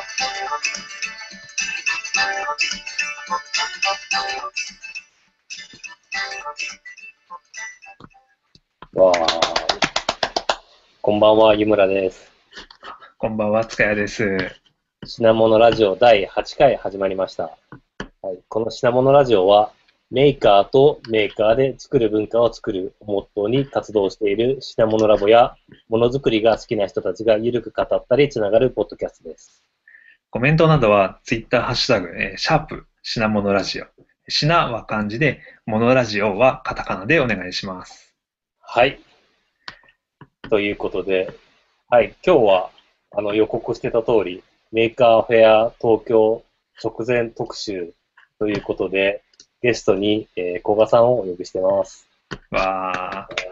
わあ、こんばんは、湯村です。 こんばんは、塚谷です。 品物ラジオ第8回始まりました。はい、この品物ラジオは、メーカーとメーカーで作る文化を作るをモットーに活動している品物ラボや、ものづくりが好きな人たちがゆるく語ったりつながるポッドキャストです。 コメントなどは、ツイッターハッシュタグ、シャープ品物ラジオ。品は漢字で、モノラジオはカタカナでお願いします。 はい、ということで、はい、今日は予告してた通り、メーカーフェア東京直前特集ということで、ゲストに、古賀さんをお呼びしてます。 わー。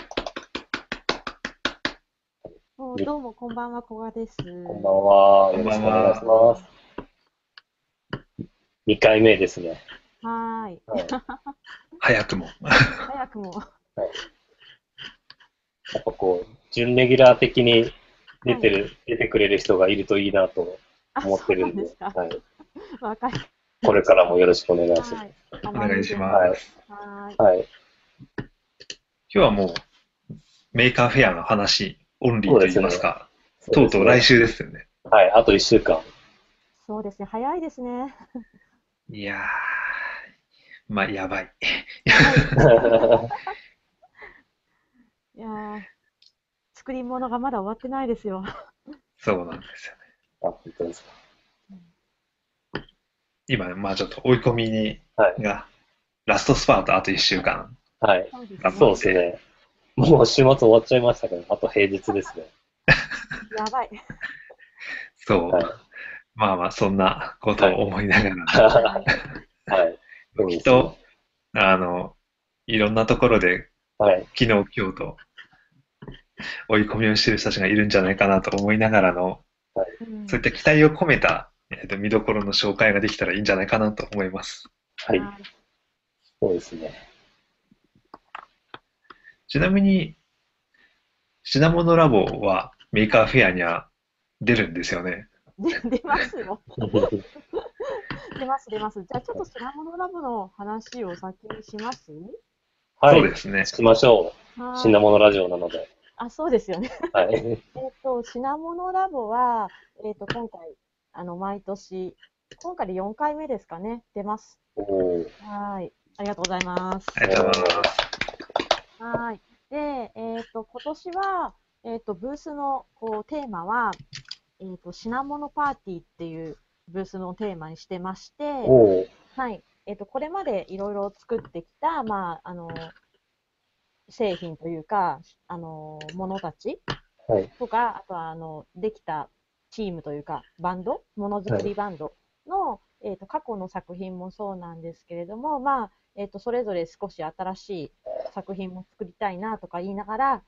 どうも、こんばんは、古賀です。 こんばんは。 こんよろばんは。 しくお願いします。2回目ですね。 はーい。 はい。 早くも。 早くも。 はい、やっぱこう、準レギュラー的に出てくれる人がいるといいなと思ってるんで、 そうなんですか。 はい。 わかりこれからもよろしくお願いします。 はい。 お願いしはい。 ます。 はい。 はい。 今日はもう、メーカーフェアの話、オンリーといいますか、とうとう来週ですよね。 はい、あと1週間。 そうですね、早いですね。 いやー、まあ、やばい。 いやー、作り物がまだ終わってないですよ。 そうなんですよね。 あ、本当ですか。 今、まあちょっと追い込みはい。 が、ラストスパートあと1週間はい。 そうですそうね。 ですね。もう週末終わっちゃいましたけど、あと平日ですね。 やばい。 そう。 はい。 まあまあ、そんなことを思いながら、 はい。 はい。そうですね。 きっと、あの、いろんなところで、 はい。 昨日、今日と追い込みをしている人たちがいるんじゃないかなと思いながらの、 はい。 うん。 そういった期待を込めた、見どころの紹介ができたらいいんじゃないかなと思います。 はい。 はい。 そうですね。 ちなみに、品物ラボはメーカーフェアには出るんですよね。 出ますよ。出ます。じゃあ、ちょっと品物ラボの話を先にします。 はい。 そうですね。 しましょう。 はい。 品物ラジオなので。 あ、そうですよね。 はい。 品物ラボは、今回、毎年、今回で4回目ですかね、出ます。 おー。 はい。ありがとうございます。 ありがとうございます。 はい。で、今年は、ブースのテーマは、品物パーティーっていうブースのテーマにしてまして、 おー。 はい。これまでいろいろ作ってきた、製品というか、ものたちはい。 とか、あとは、できたチームというか、バンド、ものづくはい。 りバンドの、過去の作品もそうなんですけれども、それぞれ少し新しい作品も作りたいなとか言いながら、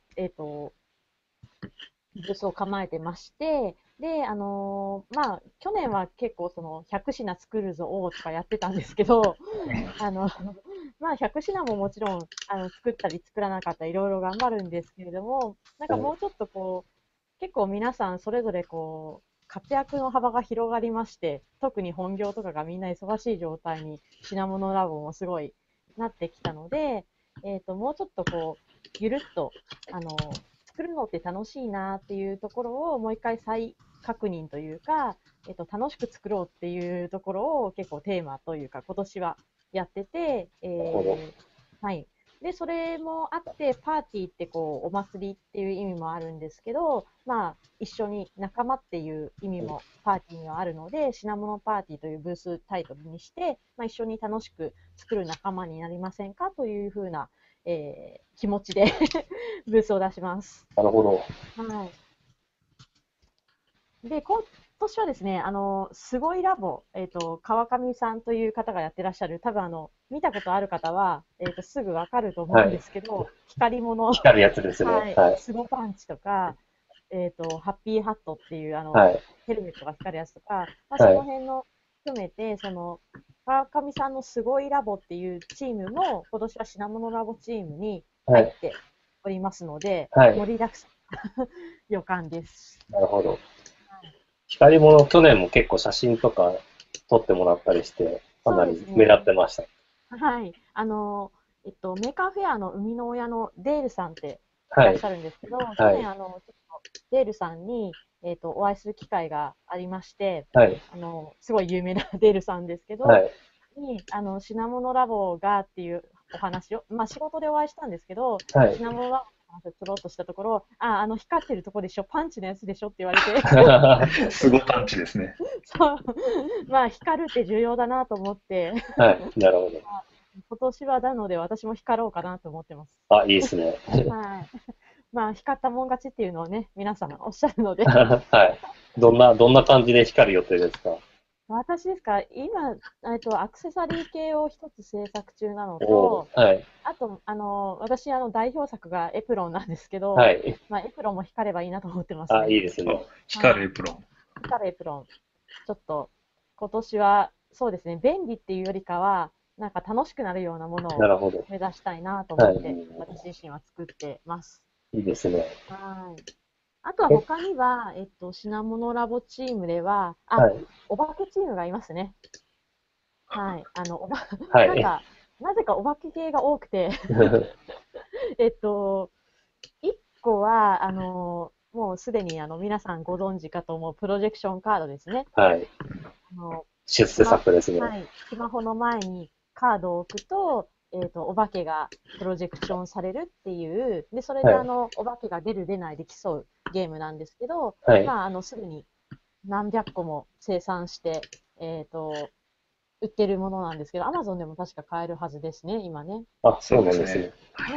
ブースを構えてまして、で、去年は結構その100品作るぞとかやってたんですけど、あの、100品ももちろん、作ったり作らなかったりいろいろ頑張るんですけれども、なんかはい。 もうちょっと結構皆さんそれぞれ活躍の幅が広がりまして、特に本業とかがみんな忙しい状態に品物ラボもすごいなってきたので、もうちょっとゆるっと、作るのって楽しいなっていうところをもう一回再確認というか、楽しく作ろうっていうところを結構テーマというか今年はやってて、 なるほど。 はい。で、それもあって、パーティーってお祭りっていう意味もあるんですけど、一緒に仲間っていう意味もパーティーにはあるので、品物パーティーというブースタイトルにして、一緒に楽しく作る仲間になりませんかというふうな、気持ちでブースを出します。 なるほど。 はい。で、今年はですね、すごいラボ、川上さんという方がやってらっしゃる、多分見たことある方は、すぐわかると思うんではい。 すけど、光り物、 光るやつですね。 はい、 はい。 スゴパンチとか、ハッピーハットっていうはい。 ヘルメットが光るやつとか、そはい。 の辺の含めて、川上さんのすごいラボっていうチームも、今年は品物ラボチームにはい。 入っておりますので、 はい。 盛りだくさん予感です。 なるほど。 光り物、去年も結構写真とか撮ってもらったりして、かなり目立ってました。 はい。メーカーフェアの生みの親のデールさんっていはい。 らっしゃるんですけど、 はい去年、ちょっとデールさんに、お会いする機会がありまして、 はい。 すごい有名なデールさんですけど、 はい。 品物ラボがっていうお話を、まあ仕事でお会いしたんですけど、 はい。 品物ラボの話を釣ろうとしたところ、光ってるとこでしょ、パンチのやつでしょって言われて、 すごパンチですね。 そう、まあ光るって重要だなと思って、 はい。なるほど。 今年はなので私も光ろうかなと思ってます。 あ、いいですね。 はい。まあ光ったもん勝ちっていうのをね、皆さんおっしゃるので、 はい。どんな感じで光る予定ですか？ 私ですか、今、アクセサリー系を一つ制作中なのおと、 ー、はい。 あと、私、代表作がエプロンなんですけど、 はい。 まあ、エプロンも光ればいいなと思ってますあ、いね。 いですね。 光るエプロン。 光るエプロン。ちょっと、今年は、そうですね、便利っていうよりかは、なんか楽しくなるようなものをなるほど。 目指したいなと思って、 はい私自身は作ってます。 いいですね。 はい。あとは他には、品物ラボチームでは、 はい。 お化けチームがいますね。はい。 はい。 なんか、なぜかお化け系が多くて、一個は、もうすでに皆さんご存知かと思うプロジェクションカードですね。 はい。 あの、 出世作ですね。 はい。スマホの前にカードを置くと、お化けがプロジェクションされるっていう、で、それではいお化けが出る出ないで競うゲームなんですけど、 はい。 まあ、すでに何百個も生産して、売ってるものなんですけど、Amazon でも確か買えるはずですね、今ね。 あ、 そそううですね。 なんですね。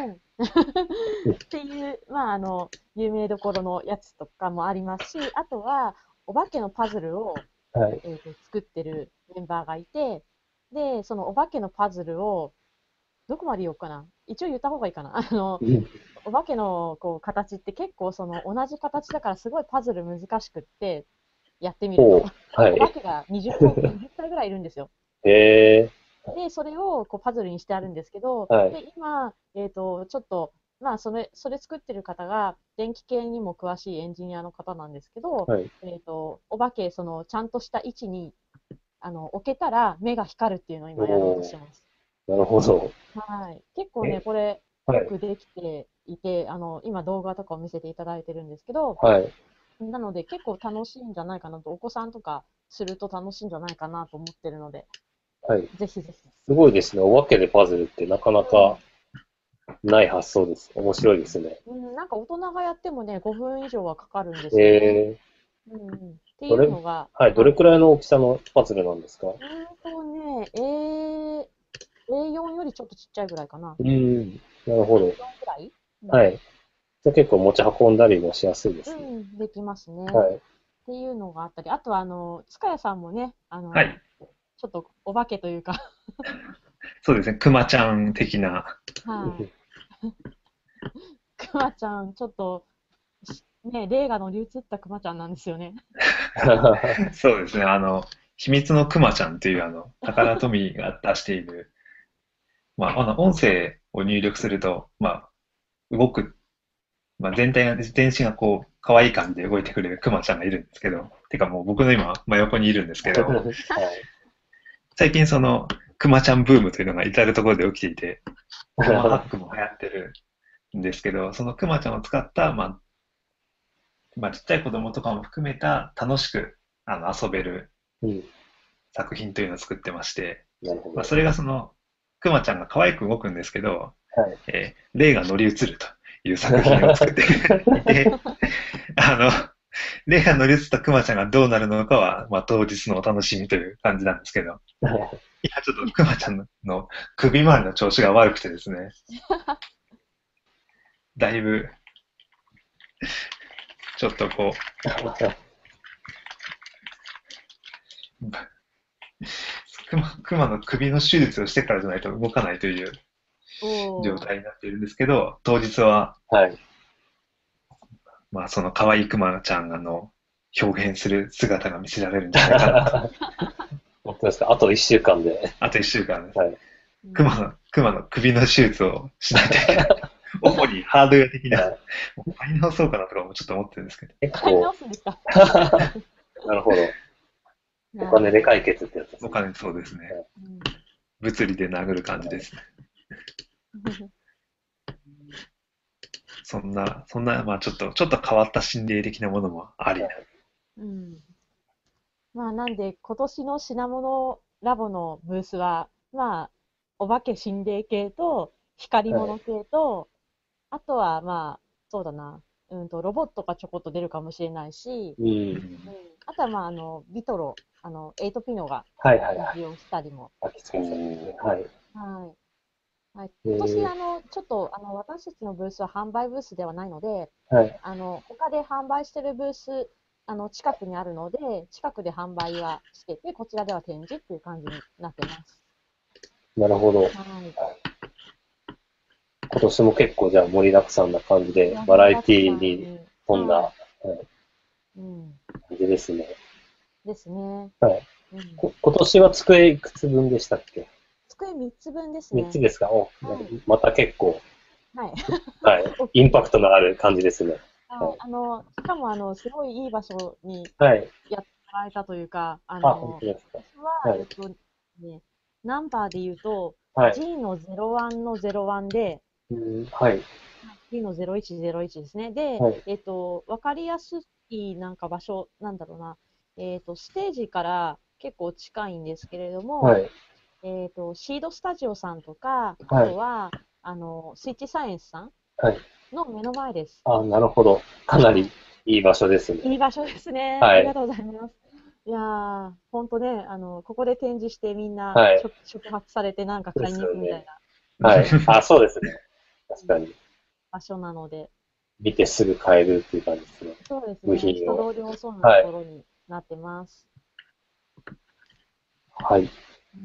っていう、まあ、有名どころのやつとかもありますし、あとは、お化けのパズルを、 はい。 作ってるメンバーがいて、で、そのお化けのパズルを、どこまで言おうかな。一応言った方がいいかな。お化けのこう形って結構その同じ形だからすごいパズル難しくって、やってみると。 おはお化い。 けが20体ぐらいいるんですよ。 えで、それをこうパズルにしてあるんですけど、 はい。 で、今、ちょっと、まあ、それ作ってる方が、電気系にも詳しいエンジニアの方なんですけど、 はい。 お化け、ちゃんとした位置に、置けたら目が光るっていうのを今やろうとしてます。 なるほど。 はい。結構ね、これ、よはい。 くできていて、今動画とかを見せていただいてるんですけど、 はい。 なので結構楽しいんじゃないかなと、お子さんとかすると楽しいんじゃないかなと思ってるので、 はい。 ぜひぜひ。 すごいですね。お化けでパズルってなかなかない発想です。面白いですね。 なんか大人がやってもね、5分以上はかかるんですよね。 えっていどれ、 うのが、 はい。どれくらいの大きさのパズルなんですか？ A4 よりちょっとちっちゃいぐらいかな。 なるほど。 4くらい、 はい。じゃあ結構持ち運んだりもしやすいですね。 できますね。 はい。 っていうのがあったり、あとは、塚谷さんもね、 はい。 ちょっとお化けというかそうですね。くまちゃん的な。 はい。くまちゃん、ちょっと、ね、霊が乗り移ったくまちゃんなんですよね。 そうですね。秘密のくまちゃんっていうタカラトミーが出している、まあ、音声を入力すると、まあ、動く、まあ、全身がこう、可愛い感じで動いてくれるクマちゃんがいるんですけど、てかもう僕の今、真横にいるんですけど、 はい。 最近その、クマちゃんブームというのが至るところで起きていて、クマハックも流行ってるんですけど、そのクマちゃんを使った、まあ、ちっちゃい子供とかも含めた楽しく遊べるうん。 作品というのを作ってまして、 なるほど。 まあ、それがその、クマちゃんが可愛く動くんですけど、 はい。 霊が乗り移るという作品を作っていて、霊が乗り移ったクマちゃんがどうなるのかは、まあ、当日のお楽しみという感じなんですけど、今ちょっとクマちゃんの首周りの調子が悪くてですね、だいぶ、ちょっとこう、クマの首の手術をしてからじゃないと動かないという状態になっているんですけど、当日は、 はい。 まあその可愛いクマちゃん表現する姿が見せられるんじゃないかなと。 本当ですか？あと1週間で。 あと1週間です。 はい。 クマの首の手術をしないといけない。主にハードウェア的な、買い直そうかなとかもちょっと思ってるんですけど。 結構、 買い直すんですか？ なるほど。お金で解決ってやつですね。 お金、そうですね。 うん。 物理で殴る感じですね。そんな、まあちょっと変わった心霊的なものもありな。 うん。まあ、なんで、今年の品物ラボのブースは、まあ、お化け心霊系と、光りはい。 物系と、あとは、まあ、そうだな、ロボットがちょこっと出るかもしれないし、 うん。 うん、あとは、まあ、ビトロ、エイトピノがはいはいはい。 展示をしたりも。 秋先生ですね。はい。 はい。はい。今年、 えちょっと、私たちのブースは販売ブースではないので、 はい。 他で販売してるブース、近くにあるので、近くで販売はしてて、こちらでは展示っていう感じになってます。 なるほど。 はい。 今年も結構じゃあ盛りだくさんな感じで、バ盛りラエテだくさんィにに、 富んだ、 ははい、 い。うん。 感じですね。 ですね。 はい。 うん。 今年は机いくつ分でしたっけ？ 机3つ分です 3 つね。 ですか？お、 はい。 また結構、 はい。 はい。 大インパクきいです。 トのある感じですね。ははい。 い。 しかも、すごいいい場所にはい。 やってもらえたというか、 あ、本当ですか。 場所は、 はい。 ね、ナンバーで言うと、 はい。 G の01の01で、 うん、はい。 G の0101ですね。で、 はい。 わかりやすいなんか場所、なんだろうな、ステージから結構近いんですけれども、 はい。 シードスタジオさんとか、あはい。 とは、スイッチサイエンスさんはい。 の目の前です。 あ、なるほど。かなりはい。 いい場所ですね。 いい場所ですね。あはい。 りがとうございます。いやー、ほんとね、ここで展示してみんなはい。 触発されてなんかで買いに行すよね。 くみたいな、 はい。あ、そうですね。確かに。 場所なので、 見てすぐ買えるっていう感じですね。 そうですね、 部品を。 人通り多そうなとはい。 ころになってます。 はい。 うん。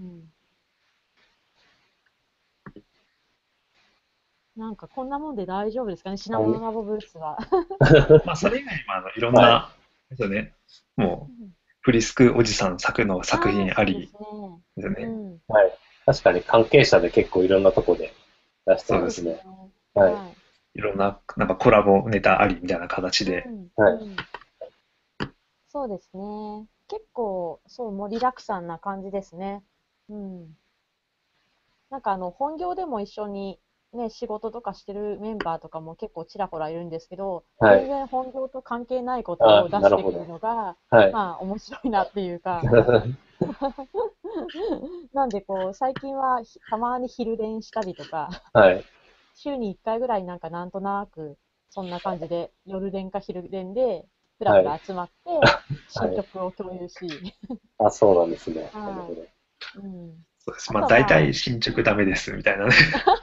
なんかこんなもんで大丈夫ですかね、品はい。 物ラボブースは。 まあそれ以外にもいろんはい。 な、ですよね。もう、 うん、 フリスクおじさん作の作ああ、 品ありそうですね。 ですよね。 うん。 はい。確かに関係者で結構いろんなとこで出してそうですね。 ますね。 そうですね。 はい。 はい。 いろんな、なんかコラボネタありみたいな形で。 うん。 はい。 うん。そうですね。結構、そう、盛りだくさんな感じですね。うん。なんか本業でも一緒にね、仕事とかしてるメンバーとかも結構ちらほらいるんですけど、 はい。 全然本業と関係ないことあ、 を出してくるなるほど。 のが、 はい。 まあ面白いなっていうか、なんでこう、最近はたまに昼練したりとか、 はい。 週に1回ぐらいなんかなんとなく、そんな感じで夜練か昼練で、ふらはい。 ふら集まって、進はい。 捗を共有し、 あ、そうなんですね。なるほはど。 い。うん。 そうです。 あまあとはまあ、 大体進捗ダメですみたいなね、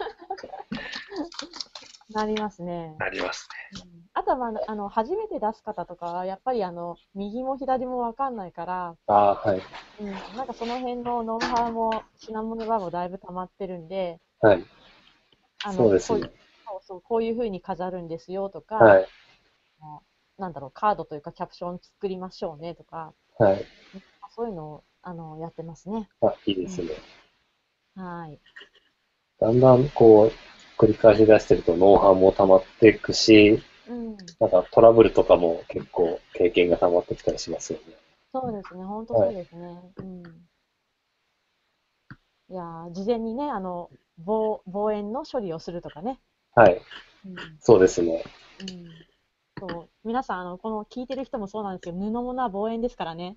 なりますね。 なりますうん、あとは、まあ、初めて出す方とかは、やっぱり右も左もわかんないから、 あ、はい。 うん、なんかその辺のノウハウも、品物がもだいぶ溜まってるんで、 はい。そうですね。 こういう、そうそう、こういう風に飾るんですよとか、 はい。 なんだろう、カードというかキャプション作りましょうねとか、 はい。 うんそういうのを、やってますね。 あ、いいでうん。 すね。 はい。 だんだんこう、繰り返し出してるとノウハウも溜まっていくし、 うん。 なんかトラブルとかも結構経験が溜まってきたりしますよね。 そうですね。ほんとはい。 そうですね。うん。いやー、事前にね、望遠の処理をするとかね。 はい。 うん。 そうですね。 うん。そう。皆さん、この聞いてる人もそうなんですけど、布物は望遠ですからね。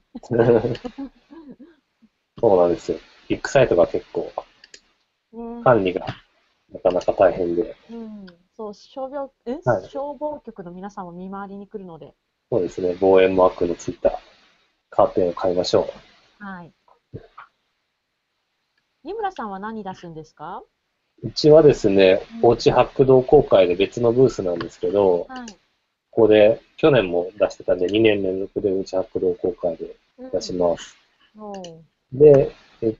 そうなんですよ。ビッグサイトが結構ね。 管理がなかなか大変で。 うん。そう、 はい。 消防局の皆さんも見回りに来るので。 そうですね。望遠マークのついたカーテンを買いましょはい。二村さんは何出すんですか？ う。うちはですね、 うん。 おうち博同公開で別のブースなんですけど、 はい。 ここで去年も出してたんで2年連続でうち博同公開で出しうん。 ます。 おう。 で、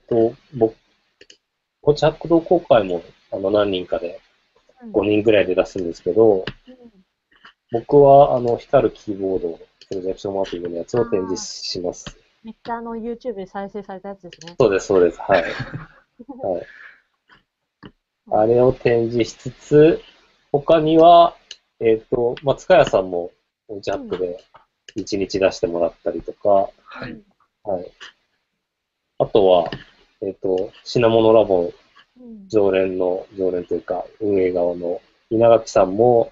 おうち博同公開も何人かでうん。 5人ぐらいで出すんですけど、 うん。 僕は光るキーボード、プロジェクションマッピングのやつあを展示あ、 します。 めっちゃYouTube で再生されたやつですね。 そうです、そうです。はい。はい。 うん。 あれを展示しつつ、他には、まあ、塚谷さんもジャうん。 ックで 1日出してもらったりとか、 はい。 はい。あとは、品物ラボ常連というか、運営側の稲垣さんも、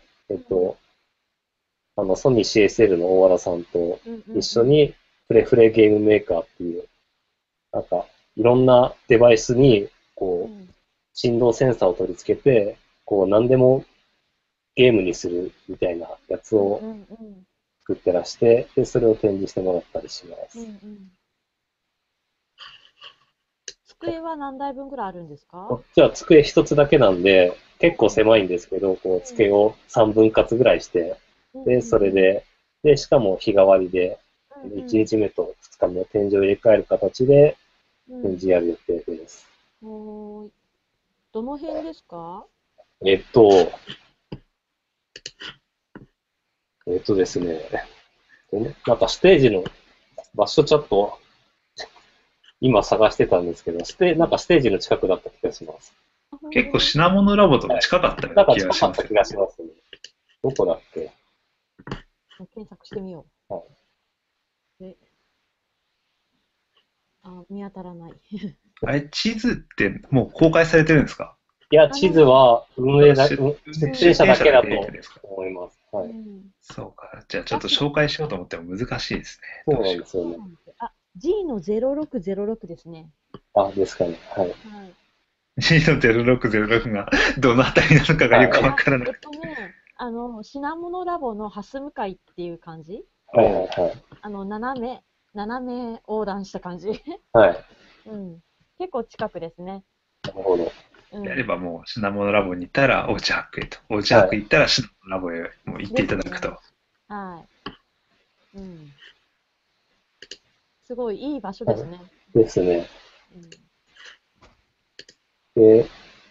ソニー CSL の大和田さんと一緒に、プレフレゲームメーカーっていう、なんか、いろんなデバイスに、こう、振動センサーを取り付けて、こう、何でもゲームにするみたいなやつを作ってらして、で、それを展示してもらったりします。 机は何台分ぐらいあるんですか？ こっちは机一つだけなんで、結構狭いんですけど、こう、机を3分割ぐらいして、で、それで、で、しかも日替わりで、1日目と2日目、天井を入れ替える形で展示やる予定です。 どの辺ですか？ えっと、ですね、なんかステージの場所ちょっと今探してたんですけど、なんかステージの近くだった気がします。 結構品物ラボとか近かったようななん気か近かったがしますけど。 気がしますね。どこだっけ？ 検索してみよう。 はい。 見当たらない。 あれ、地図ってもう公開されてるんですか？ いや、地図は出展者だけだと出店者だけですか？ 思います。はい。 そうか。じゃあちょっと紹介しようと思っても難しいですね。 そうなんですよね。 G の0606ですね。 ですかね。はい。 G の0606がどのあたりなのかがよくわからない。 品物ラボの蓮向かいっていう感じ？ はいはいはい。 斜め横断した感じ。 はい。 結構近くですね。 なるほど。 であればもう品物ラボに行ったらおうちハックへと。おうちハック行ったら品物ラボへもう行っていただくと。 はい。すごいいい場所ですね。 ですね。で、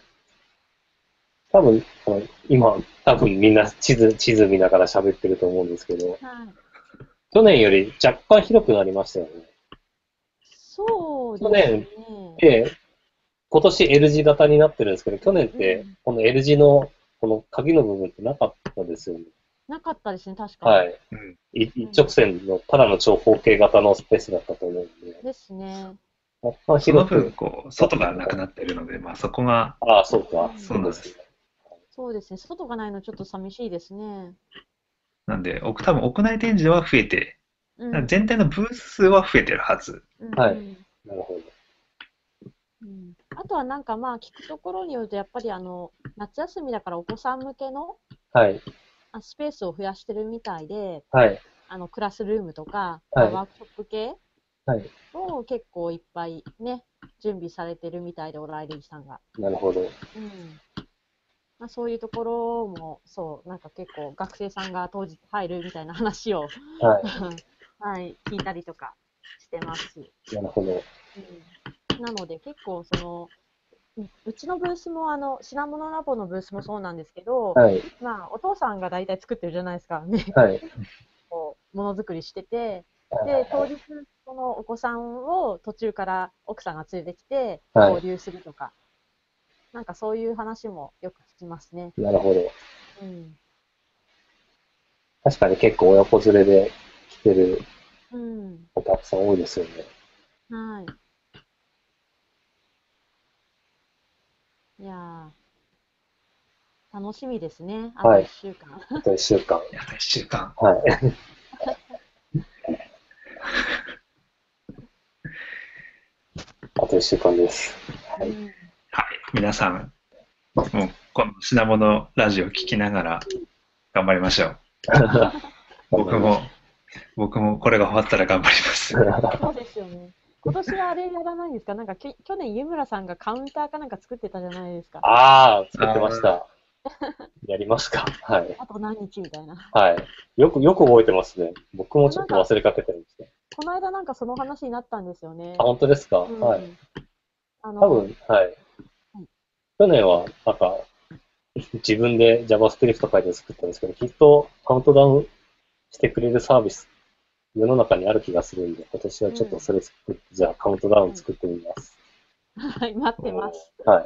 多分、みんな地図見ながら喋ってると思うんですけど、去年より若干広くなりましたよね。 そうですね。 去年って今年 L 字型になってるんですけど、去年ってこの L 字のこの鍵の部分ってなかったですよね。 なかったですね、確かに。 はい。一直線のただの長方形型のスペースだったと思うんで。 ですね。 その分、こう、外がなくなってるので、まあそこが、 そうか。 そうなんです。 そうですね。外がないのちょっと寂しいですね。 なんで、多分屋内展示は増えて、全体のブース数は増えてるはず。 はい。なるほど。 あとはなんかまあ聞くところによるとやっぱり夏休みだからお子さん向けのスペースを増やしてるみたいで、クラスルームとか、ワークショップ系を結構いっぱいね、準備されてるみたいで、オライリーさんが。 なるほど。 まあ、そういうところも、そう、なんか結構学生さんが当日入るみたいな話を、聞いたりとかしてます。 なるほど。 なので結構うちのブースも品物ラボのブースもそうなんですけど、まあお父さんが大体作ってるじゃないですかね。こうものづくりしてて、で当日そのお子さんを途中から奥さんが連れてきて交流するとか、なんかそういう話もよく聞きますね。 なるほど。確かに結構親子連れで来てるお客さん多いですよね。 はい。いやー、楽しみですね。あと1週間。 あと1週間。 あと1週間。 はい。あと1週間です。 はい。皆さん、もうこの品物ラジオ聞きながら頑張りましょう。僕もこれが終わったら頑張ります。 そうですよね。今年はあれやらないんですか？なんか去年湯村さんがカウンターかなんか作ってたじゃないですか。 作ってました。やりますか。はい。 あと何日みたいな。 はい。よく覚えてますね。僕もちょっと忘れかけてるんですね。 この間なんかその話になったんですよね。 本当ですか？はい。多分、はい。去年は、なんか、自分で JavaScript 書いて作ったんですけど、きっとカウントダウンしてくれるサービス、世の中にある気がするんで、今年はちょっとそれ作って、じゃあカウントダウン作ってみます。 はい、待ってます。 はい。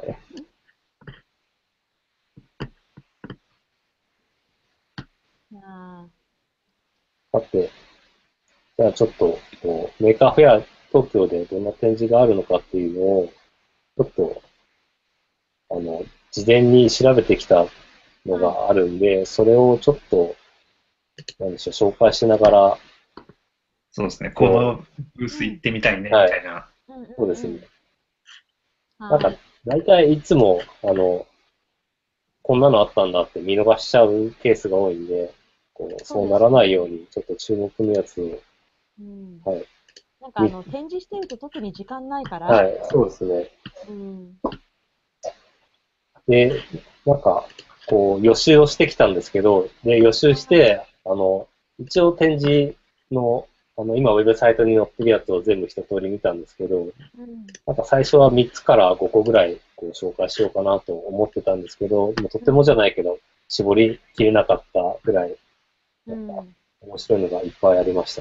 さて、 じゃあちょっと、こうメーカーフェア東京でどんな展示があるのかっていうのを、ちょっと、事前に調べてきたのがあるんで、それをちょっと、なんでしょう、紹介しながら、 そうですね。このブース行ってみたいね、みはいたいな。 そうですね。なんかはい。、 大体いつも、こんなのあったんだって見逃しちゃうケースが多いんで、そうならないように、ちょっと注目のやつを、 うん。 はい。 なんか展示してると特に時間ないから、 はい、そうですね。 うん。 で、なんか、予習をしてきたんですけど、で、予習して、一応展示の、今ウェブサイトに載ってるやつを全部一通り見たんですけど、 うん。 なんか最初は3つから5個ぐらい紹介しようかなと思ってたんですけど、もうとてもじゃないけど、絞りきれなかったぐらい、 うん。 面白いのがいっぱいありました。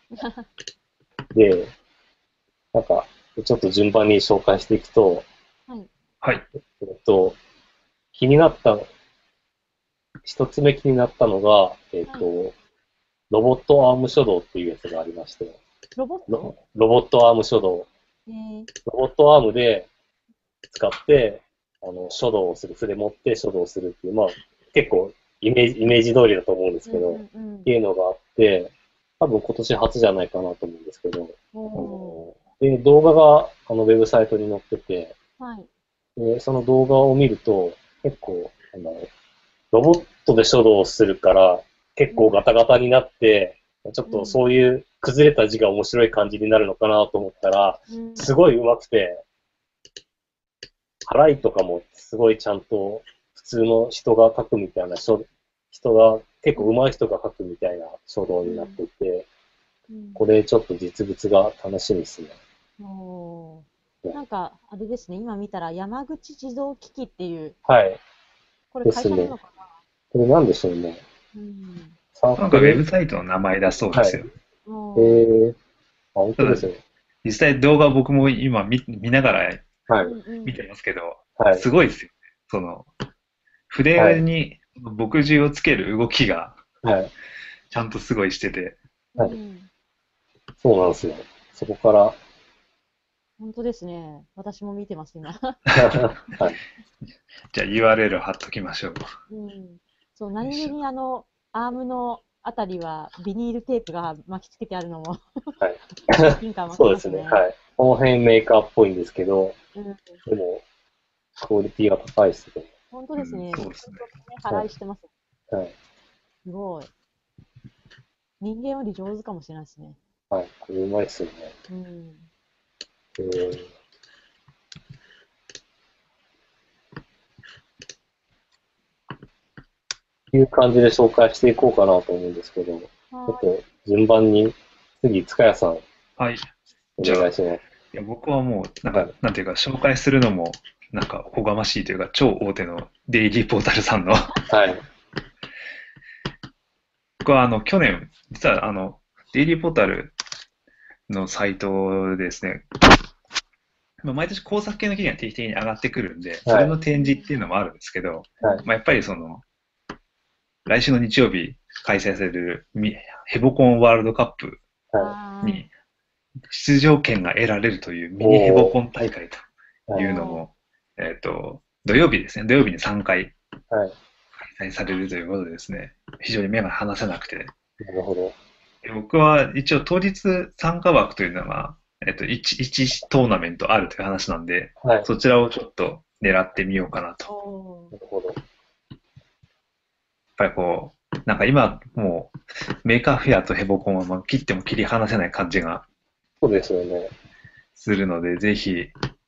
で、なんか、ちょっと順番に紹介していくと、 はい。 はい。 気になった、一つ目気になったのが、ロボットアーム書道っていうやつがありまして、 ロボットロボットアーム書道。 ー、 ロボットアームで使って、書道をする、筆持って書道をするっていう、まあ、結構イメージ通りだと思うんですけど、っていうのがあって、多分今年初じゃないかなと思うんですけど、で、動画がウェブサイトに載ってて、 はい。 で、その動画を見ると、結構、ロボットで書道をするから、結構ガタガタになって、ちょっとそういう崩れた字が面白い感じになるのかなと思ったら、すごい上手くて、払いとかもすごいちゃんと普通の人が書くみたいな人が、結構上手い人が書くみたいな書道になっていて、これちょっと実物が楽しみですね。 なんか、あれですね、今見たら山口自動機器っていう、 はい。 これ会社なのかな、 これなんでしょうね。 なんかウェブサイトの名前だそうですよ。 本当ですね。 実際動画僕も今見ながら見てますけど、すごいですよね。その、筆に墨汁をつける動きが、ちゃんとすごいしてて。 そうなんですよ。そこから。 本当ですね。私も見てます、今。 じゃあ URL 貼っときましょう。 そう、何気にアームのあたりはビニールテープが巻き付けてあるのも、 そうですね。はい。この辺メーカーっぽいんですけど、でも、クオリティが高いですね。 本当ですね。 そうですね。 払いしてます。 はい。 すごい。人間より上手かもしれないですね。 はい。これうまいですよね。いう感じで紹介していこうかなと思うんですけど、ちょっと順番に、次、塚谷さん。 はい。 お願いします。 いや僕はもう、なんていうか、紹介するのも、なんか、おこがましいというか、超大手のデイリーポータルさんのはい。 僕は去年、実はデイリーポータルのサイトでですね、毎年工作系の記事が定期的に上がってくるんで、それの展示っていうのもあるんですけど、やっぱり来週の日曜日開催されるヘボコンワールドカップに出場権が得られるというミニヘボコン大会というのも、土曜日ですね、土曜日に3回開催されるということでですね、非常に目が離せなくて。 なるほど。 僕は一応当日参加枠というのは、1トーナメントあるという話なんで、そちらをちょっと狙ってみようかなと。 なるほど。 やっぱりなんか今もうメーカーフェアとヘボコンは切っても切り離せない感じがそうですよね。 するので、ぜひ、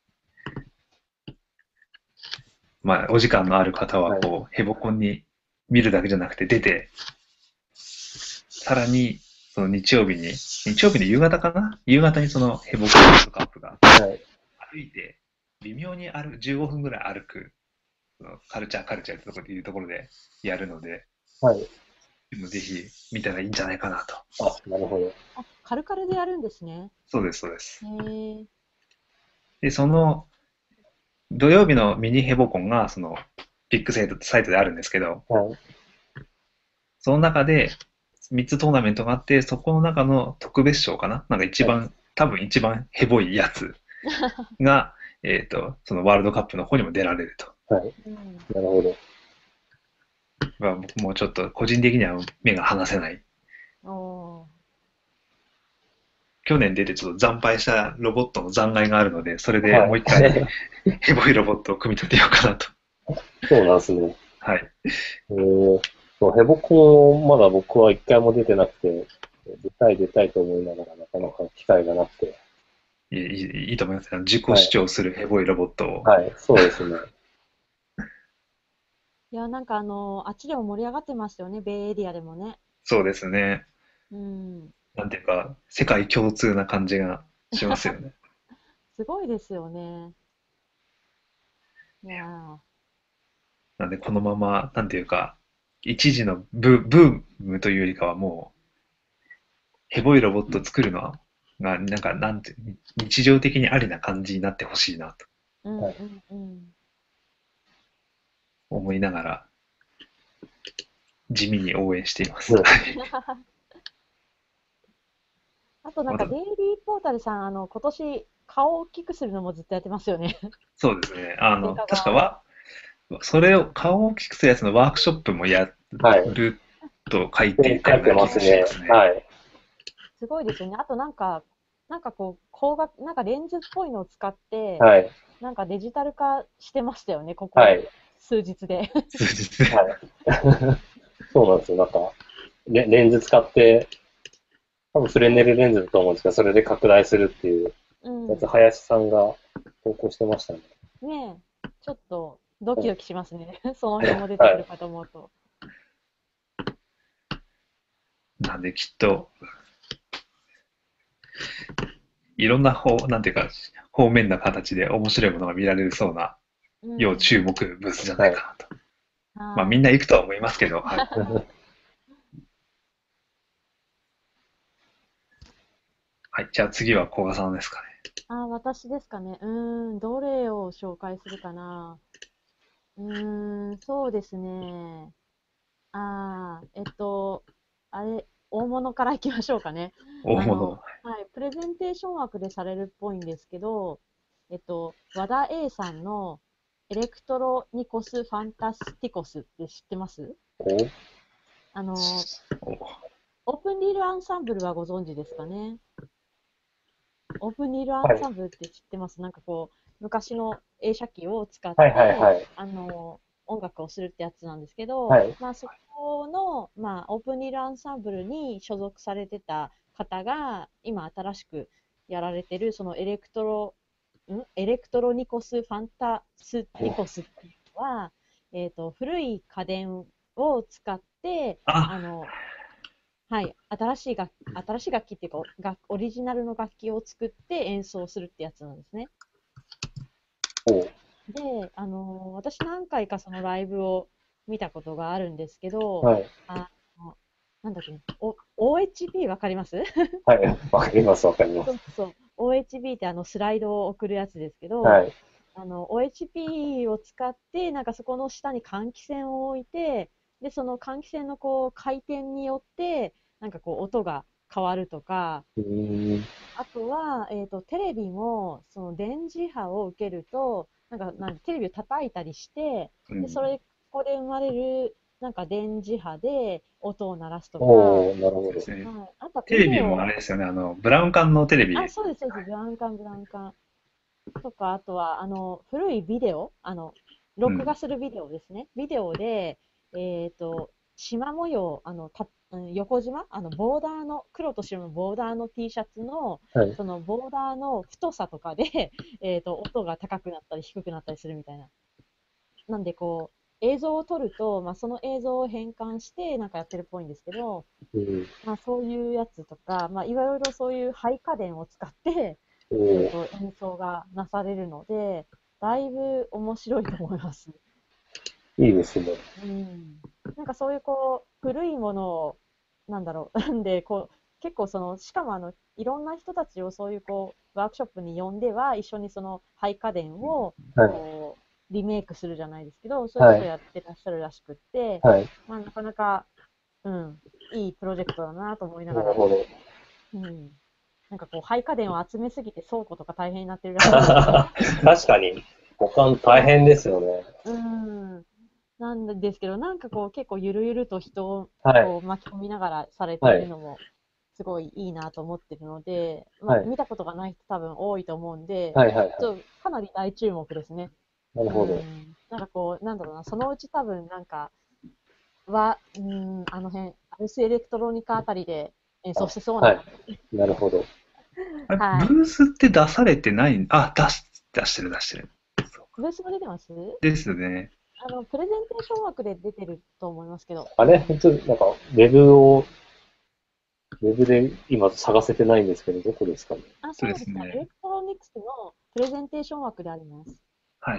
お時間のある方はヘボコンに見るだけじゃなくて出て、さらにその日曜日の夕方かな、夕方にそのヘボコンワールドカップが、歩いて微妙に15分ぐらい歩く、カルチャーっていうところでやるので、でもぜひ見たらいいんじゃないかなと。 なるほど。 カルカルでやるんですね。 そうです、そうです。で、その土曜日のミニヘボコンがそのビッグサイトであるんですけど、その中で 3つトーナメントがあって、そこの中の特別賞かななんか一はい。 番、多分一番ヘボいやつが、そのワールドカップの方にも出られると。 はい。 うん。 なるほど。 まあ、僕もちょっと個人的には目が離せない。 おー。 去年出てちょっと惨敗したロボットの残骸があるので、それではい。 もう一回ヘボいロボットを組み立てようかなと。 そうなんですね。 はい。 そうヘボコンまだ僕は一回も出てなくて、出たいと思いながらなかなか機会がなくて。 いいと思います。自己はい。 主張するヘボいロボットを。 はい。そうですね。 いや、なんかあっちでも盛り上がってましたよね、ベイエリアでもね。 そうですね。 うん。 なんていうか、世界共通な感じがしますよね。 すごいですよね。いやー。 なんで、このまま、なんていうか、一時のブームというよりかはもう、ヘボいロボット作るのが、なんか、なんて、日常的にありな感じになってほしいなとうんうはい。 んうん。 思いながら、地味に応援しています。 うん。 あとなんまた、 かデイリーポータルさん、今年顔を大きくするのもずっとやってますよね。 そうですね。 成果が。 確かそれを顔を大きくするやつのワークショップもやはい。 ると書いていた書いてような気がますね。 しますね。 はい。 すごいですよね。あとなんかこう、光学、なんかレンズっぽいのを使って、 はい。 なんかデジタル化してましたよね、ここはい。 数日で。 数日。 はい。そうなんですよ。なんか、レンズ使って、多分フレネルレンズだと思うんですけど、それで拡大するっていうやつ、 うん。 林さんが投稿してましたね。 ねえ、ちょっとドはい。 キドキしますね。その辺も出てはい。 くるかと思うと。 なんできっと、いろんななんていうか、方面な形で面白いものが見られるそうな、要うん。 注目ブースじゃなはい。 いかなと。まあみんはい。 な行くとは思いますけど、はい。はい。じゃあ次は古賀さんですかね。 私ですかね。どれを紹介するかな。そうですね。あれ、大物からいきましょうかね。 大物。 はい、プレゼンテーション枠でされるっぽいんですけど、和田 A さんのエレクトロニコス・ファンタスティコスって知ってます？ お、 あの、 おオープンリールアンサンブルはご存知ですかね？オープンリールアはい。 ンサンブルって知ってます？なんかこう、昔の映写機を使っはいはいて、 はい。 音楽をするってやつなんですけど、 はい。 まあそこの、まあオープンリールアンサンブルに所属されてた方が、今新しくやられてる、そのエレクトロニコス・ファンタスティコスっていうのは、古い家電を使って、 あ、 あの、はい、新しい楽器っていうか、オリジナルの楽器を作って演奏するってやつなんですね。 お、 で、私何回かそのライブを見たことがあるんですけど、 はい。 あの、なんだっけ、OHB わかります？ はい。わかります、わかります。 そうそう。OHB ってスライドを送るやつですけど、 はい。 OHP を使って、なんかそこの下に換気扇を置いて、で、その換気扇のこう回転によって、なんかこう音が変わるとか、 うーん。 あとは、テレビも、その電磁波を受けると、テレビを叩いたりして、で、 うん。 ここで生まれる、なんか電磁波で音を鳴らすとか、 おー、なるほど。 そうですね。 はい。あとはテレビもあビデオ、 れですよね。ブラウン管のテレビ。 そうです、そうです、ブラウン管。とか、あとは、古いビデオ、録うん。 画するビデオですね。ビデオで、縞模様、横縞、ボーダーの、黒と白のボーダーの T シャツの、 はい。 そのボーダーの太さとかで、音が高くなったり低くなったりするみたいな。なんで、こう、映像を撮ると、まあ、その映像を変換して、なんかやってるっぽいんですけど、 うん。 まあ、そういうやつとか、まあ、いろいろそういう廃家電を使って、 おー、 演奏がなされるので、だいぶ面白いと思います。 いいですね。 うん。なんかそういうこう、古いものを、なんだろう、なんで、こう、結構その、しかもいろんな人たちをそういうこう、ワークショップに呼んでは、一緒にその廃家電を、 はい。 こう、リメイクするじゃないですけど、そういうはい。 ことをやってらっしゃるらしくって、 はい。 まあなかなか、うん。 いいプロジェクトだなと思いながら、 なるほど。 なんかこう、廃家電を集めすぎて倉庫とか大変になってるらしいんですけど。 確かに、保管大変ですよね。 なんですけど、なんかこう、結構ゆるゆると人をはい。 こう巻き込みながらされてはい。 いるのも、すごいいいなと思ってるので、 はい。 見たことがない人多分多いと思うんで、 はい。はい。はい。 かなり大注目ですね。 なるほど。 なんかこう、なんだろうな、そのうち多分なんか、あの辺、アルスエレクトロニカあたりで演奏してそうな。 はい。なるほど。 はい。 ブースって出されてない出してる出してる。 ブースも出てますですね。 プレゼンテーション枠で出てると思いますけど。 あれ本当になんか、ウェブで今探せてないんですけど、どこですかね。 そうですね。エレクトロニクスのプレゼンテーション枠であります。 はい。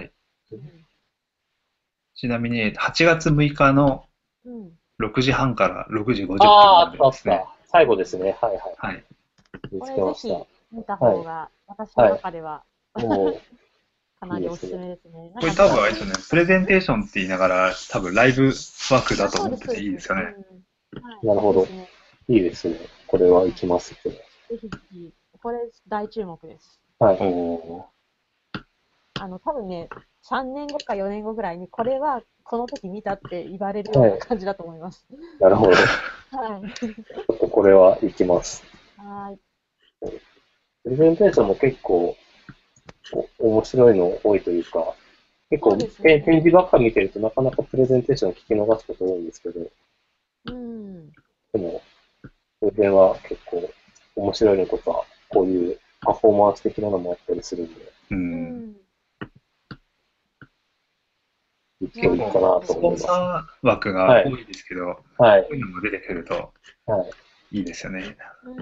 ちなみに、8月6日の6時半から6時50分までですね。 最後ですね。はいはい。 はい。 これぜひ見た方が、私の中では、かなりおすすめですね。 これ多分あれですよね、プレゼンテーションって言いながら、多分ライブワークだと思ってていいですよね。 なるほど。いいですね。これは行きますけど。 ぜひぜひ、これ大注目です。 はい。 多分ね、3年後か4年後ぐらいに、これはこの時見たって言われるような感じだと思います。 なるほど。はい。これは行きます。 はい。 プレゼンテーションも結構面白いの多いというか、結構、展示ばっか見てるとなかなかプレゼンテーション聞き逃すこと多いんですけど、でも、プレゼンは結構面白いのとか、こういうパフォーマンス的なのもあったりするんで、いいかなと思います。 スポンサー枠が多いですけど、こういうのも出てくるといいですよね。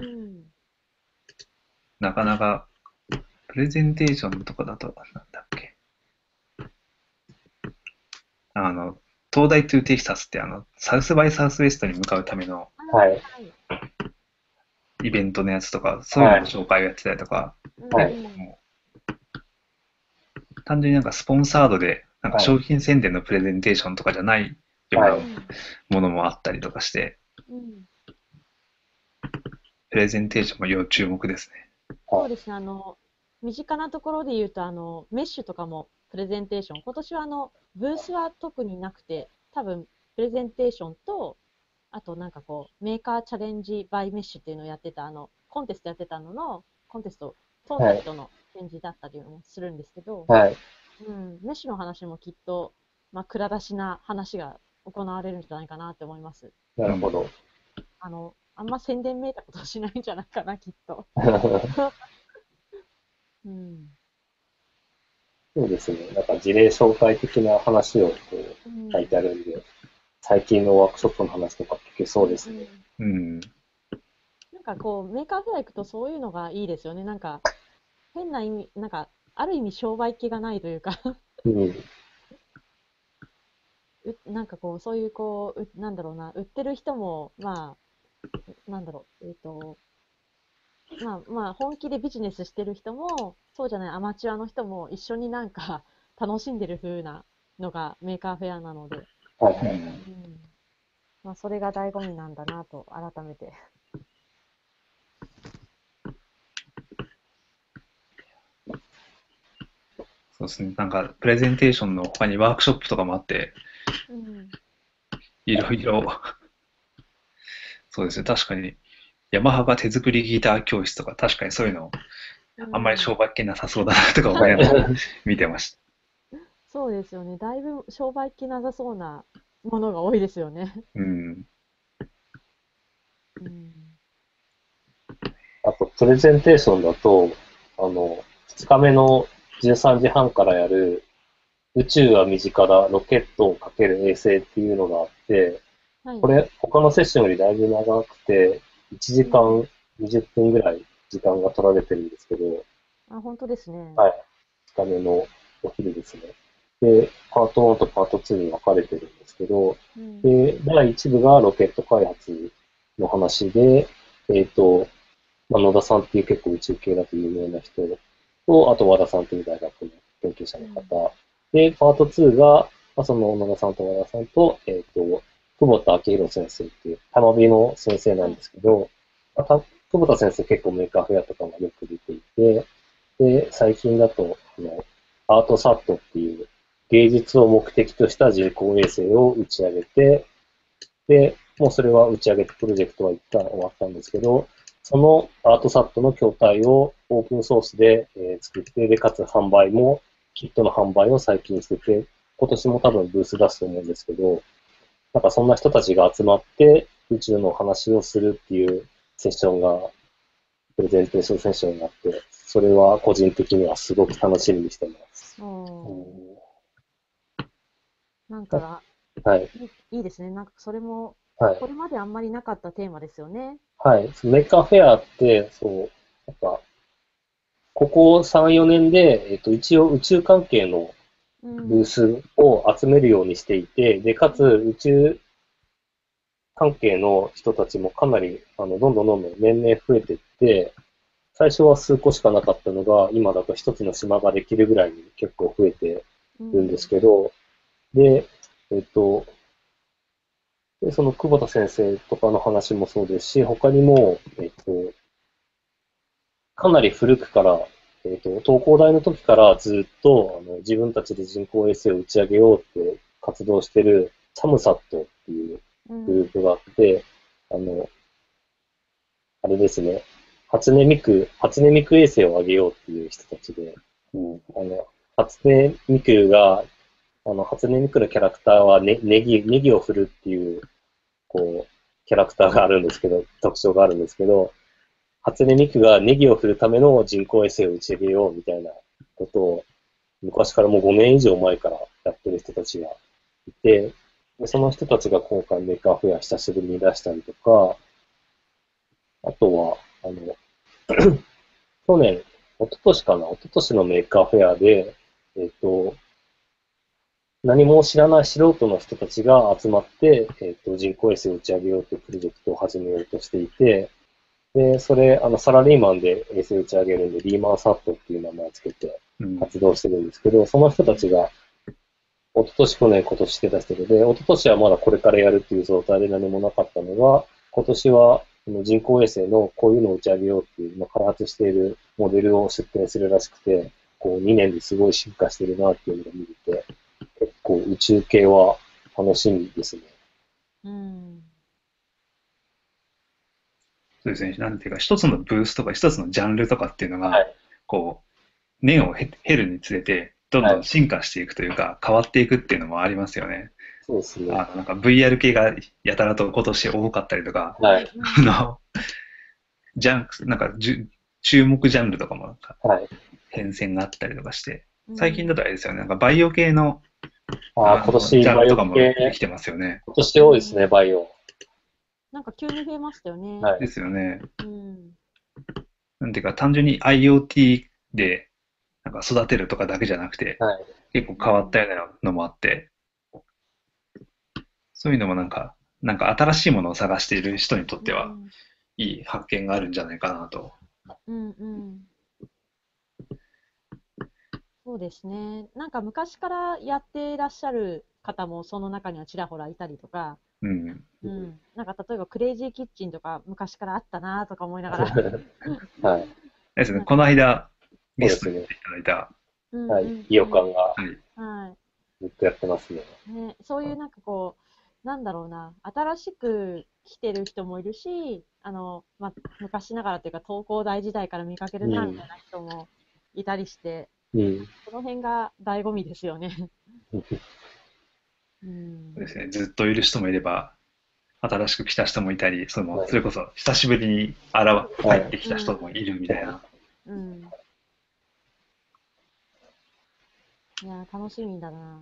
なかなか、プレゼンテーションとかだと、なんだっけ。東大トゥテキサスってサウスバイサウスウェストに向かうためのイベントのやつとか、そういうのの紹介をやってたりとか、単純になんかスポンサードで、なんか商品宣伝のプレゼンテーションとかじゃないようなものもあったりとかして、プレゼンテーションも要注目ですね。 そうですね。身近なところで言うと、メッシュとかもプレゼンテーション。今年はブースは特になくて、多分、プレゼンテーションと、あとなんかこう、メーカーチャレンジバイメッシュっていうのをやってた、コンテストやってたのの、コンテスト通った人の展示だったりもするんですけど、メッシュの話もきっと、蔵出しな話が行われるんじゃないかなって思います。 なるほど。 あんま宣伝めいたことしないんじゃないかな、きっと。 そうですね。なんか事例紹介的な話を書いてあるんで、最近のワークショップの話とか聞けそうですね。 なんかこう、メーカーフェア行くとそういうのがいいですよね。なんか、変な意味、なんか、ある意味商売気がないというかなんかこう、そういうこう、なんだろうな、売ってる人も、なんだろう、本気でビジネスしてる人も、そうじゃないアマチュアの人も一緒になんか楽しんでる風なのがメーカーフェアなので、それが醍醐味なんだなと改めて。 そうですね。なんかプレゼンテーションの他にワークショップとかもあって、いろいろそうですね。確かにヤマハが手作りギター教室とか、確かにそういうの、あんまり商売気なさそうだなとか思いながら見てました。 そうですよね。だいぶ商売気なさそうなものが多いですよね。 あと、プレゼンテーションだと、2日目の13時半からやる、宇宙は身近だ、ロケットをかける衛星っていうのがあって、これ、他のセッションよりだいぶ長くて、1時間20分ぐらい時間が取られてるんですけど、 本当ですね。 はい。2日目のお昼ですね。で、パート1とパート2に分かれてるんですけど、で、第1部がロケット開発の話で、野田さんっていう結構宇宙系だと有名な人と、あと和田さんという大学の研究者の方。で、パート2が、その野田さんと和田さんと、東久保田明宏先生っていう、たまびの先生なんですけど、久保田先生結構メーカーフェアとかもよく出ていて、で、最近だと、アートサットっていう芸術を目的とした人工衛星を打ち上げて、で、もうそれは打ち上げてプロジェクトは一旦終わったんですけど、そのアートサットの筐体をオープンソースで、作って、で、かつ販売も、キットの販売を最近してて、今年も多分ブース出すと思うんですけど、なんかそんな人たちが集まって宇宙の話をするっていうセッションが、プレゼンテーションセッションがあって、それは個人的にはすごく楽しみにしてます。 なんか、 はい。 いいですね。なんかそれも、 はい。 これまであんまりなかったテーマですよね。 はい。メーカーフェアって、そう、なんか、ここ3、4年で、一応宇宙関係のブースを集めるようにしていて、で、かつ宇宙関係の人たちもかなり、どんどんどんどん年々増えていって、最初は数個しかなかったのが、今だと一つの島ができるぐらいに結構増えてるんですけど、で、で、その久保田先生とかの話もそうですし、他にも、かなり古くから、東工大の時からずっと自分たちで人工衛星を打ち上げようって活動してるサムサットっていうグループがあって、あれですね、初音ミク衛星を上げようっていう人たちで、初音ミクが、初音ミクのキャラクターはネギを振るっていう、こう、キャラクターがあるんですけど、特徴があるんですけど、初音ミクがネギを振るための人工衛星を打ち上げようみたいなことを、昔からもう5年以上前からやってる人たちがいて、でその人たちが今回メーカーフェア久しぶりに出したりとか、あとは、去年、一昨年かな、一昨年のメーカーフェアで、何も知らない素人の人たちが集まって、人工衛星を打ち上げようというプロジェクトを始めようとしていて、で、それ、サラリーマンで衛星打ち上げるんで、リーマンサットっていう名前をつけて活動してるんですけど、その人たちが、一昨年、去年、今年してた人で、一昨年はまだこれからやるっていう状態で何もなかったのが、今年は人工衛星のこういうのを打ち上げようっていう、開発しているモデルを出展するらしくて、こう2年ですごい進化してるなっていうのが見れて、結構宇宙系は楽しみですね。 そうですね。なんていうか、一つのブースとか一つのジャンルとかっていうのが、こう、年を経るにつれて、どんどん進化していくというか、変わっていくっていうのもありますよね。 そうですね。 なんか VR 系がやたらと今年多かったりとか、なんか注目ジャンルとかも変遷があったりとかして、最近だとあれですよね、なんかバイオ系の今年ジャンルとかもできてますよね。 今年多いですね、バイオ。 なんか急に増えましたよね。 ですよね。なんていうか、単純に IoT でなんか育てるとかだけじゃなくて、結構変わったようなのもあって、そういうのもなんか新しいものを探している人にとっては、いい発見があるんじゃないかなと。 そうですね。なんか昔からやっていらっしゃる方もその中にはちらほらいたりとか、なんか例えばクレイジーキッチンとか昔からあったなとか思いながら。はい。 ですね、この間、ゲストに来ていただいた、 はい、イオカンが、ずっとやってますね。 そういうなんかこう、なんだろうな、新しく来てる人もいるし、昔ながらというか、東工大時代から見かけるな、みたいな人もいたりして、その辺が醍醐味ですよね。 そうですね、ずっといる人もいれば、新しく来た人もいたり、それこそ久しぶりに入ってきた人もいるみたいな。 いや、楽しみだな。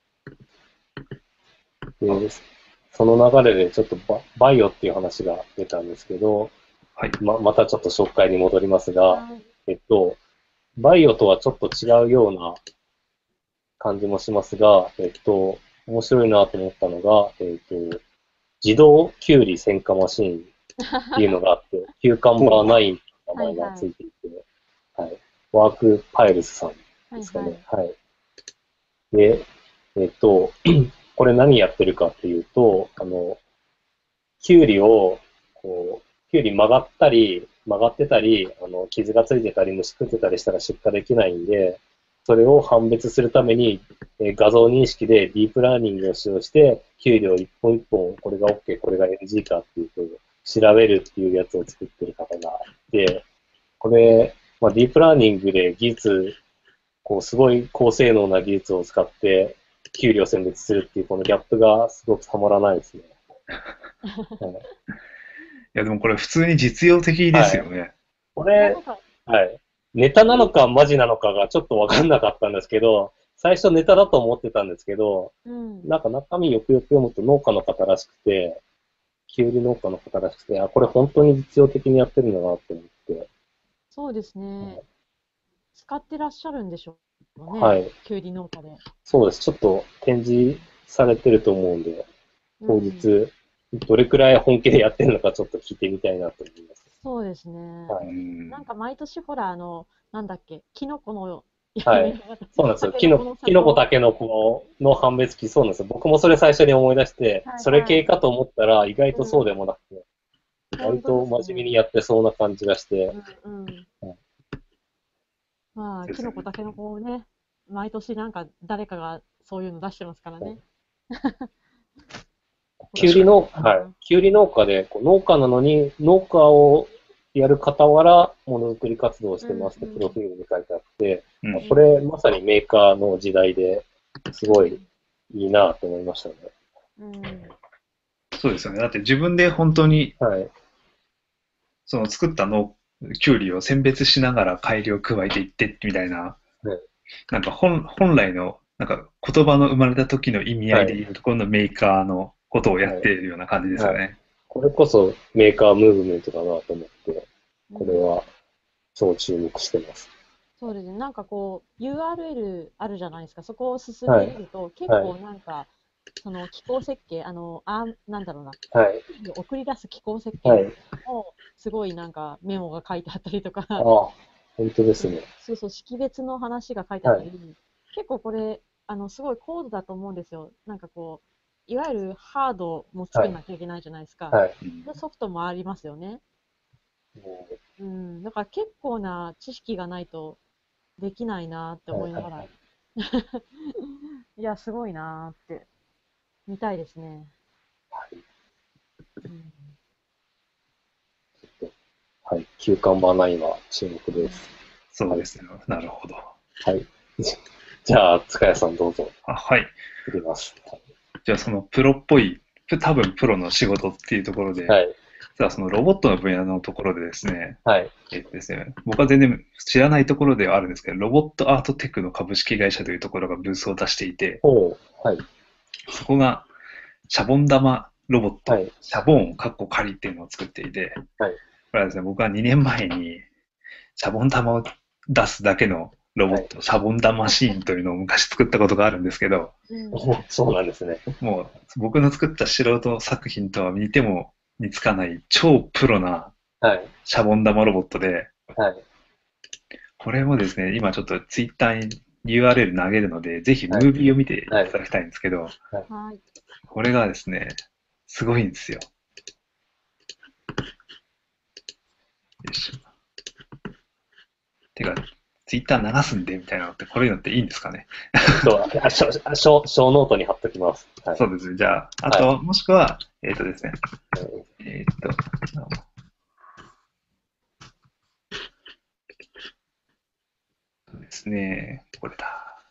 その流れでちょっとバイオっていう話が出たんですけど、またちょっと紹介に戻りますが、バイオとはちょっと違うような感じもしますが、面白いなと思ったのが、自動キュウリ選果マシーンっていうのがあって、キューカンバー9って名前がついていて、ワークパイルスさんですかね。で、ここれ何やってるかっていうと、キュウリを、キュウリ曲がってたり、傷がついてたり、虫食ってたりしたら出荷できないんで、それを判別するために、画像認識でディープラーニングを使用して、キュウリを一本一本、これが OK、これが NG かっていうと、調べるっていうやつを作ってる方がいて、これ、まあ、ディープラーニングで技術、すごい高性能な技術を使って、キュウリを選別するっていう、このギャップがすごくたまらないですね。はい、 いや、でもこれ普通に実用的ですよね。 これ、はい。ネタなのかマジなのかがちょっとわかんなかったんですけど、最初ネタだと思ってたんですけど、なんか中身よくよく読むと農家の方らしくて、キュウリ農家の方らしくて、これ本当に実用的にやってるんだなって思って。 そうですね。使ってらっしゃるんでしょうね。 はい。 キュウリ農家で。 そうです。ちょっと展示されてると思うんで、当日、どれくらい本気でやってるのかちょっと聞いてみたいなと思います。 そうですね。 はい、 なんか毎年ほら、なんだっけ、キノコの、 はい。そうなんですよ。キノコ、タケノコの判別機、そうなんですよ。僕もそれ最初に思い出して、それ系かと思ったら、意外とそうでもなくて、割と真面目にやってそうな感じがして。 まあ、キノコ、タケノコをね、毎年なんか誰かがそういうの出してますからね。 キュウリ農家で、農家なのに、農家をやる傍ら、ものづくり活動をしてますって、プロフィールに書いてあって、これ、まさにメーカーの時代ですごいいいなと思いましたね。 そうですよね。だって自分で本当に、その作ったキュウリを選別しながら改良を加えていってみたいな、なんか本来の、なんか言葉の生まれた時の意味合いでいうところのメーカーのことをやっているような感じですよね。 これこそメーカームーブメントだなと思って、これは超注目してます。 そうですね。なんかURL あるじゃないですか。そこを進んでみると、結構なんか、その機構設計、なんだろうな、送り出す機構設計をすごいなんかメモが書いてあったりとか、 本当ですね。 そうそう、識別の話が書いてあったり、結構これ、すごい高度だと思うんですよ。なんかいわゆるハードも作んなきゃいけないじゃないですか。で、ソフトもありますよね。だから結構な知識がないとできないなって思いながら。いや、すごいなって。見たいですね。 はい。休刊版9は注目です。 そうですね。なるほど。 はい。じゃあ、塚谷さんどうぞ。 はい。 振ります。 じゃあ、そのプロっぽい、多分プロの仕事っていうところで、じゃあそのロボットの分野のところでですね、ですね、僕は全然知らないところではあるんですけど、ロボットアートテクの株式会社というところがブースを出していて、そこがシャボン玉ロボット、シャボン仮っていうのを作っていて、これはですね、僕は2年前にシャボン玉を出すだけのロボット、シャボン玉マシーンというのを昔作ったことがあるんですけど、 そうなんですね。 もう僕の作った素人作品とは似ても似つかない超プロなシャボン玉ロボットで、これもですね、今ちょっとツイッターに URL 投げるので、ぜひムービーを見ていただきたいんですけど、これがですね、すごいんですよ。よいしょ。てか、ツイッター流すんでみたいなのって、こういうのっていいんですかね。 ショーノートに貼っときます。 そうですね。じゃあ、あと、もしくは、ですね。ですね、これだ。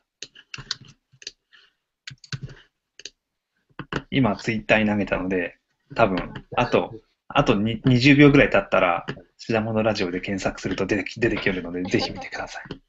今、ツイッターに投げたので、多分、あと20秒ぐらい経ったら、シナモノラジオで検索すると出てきるので、ぜひ見てください。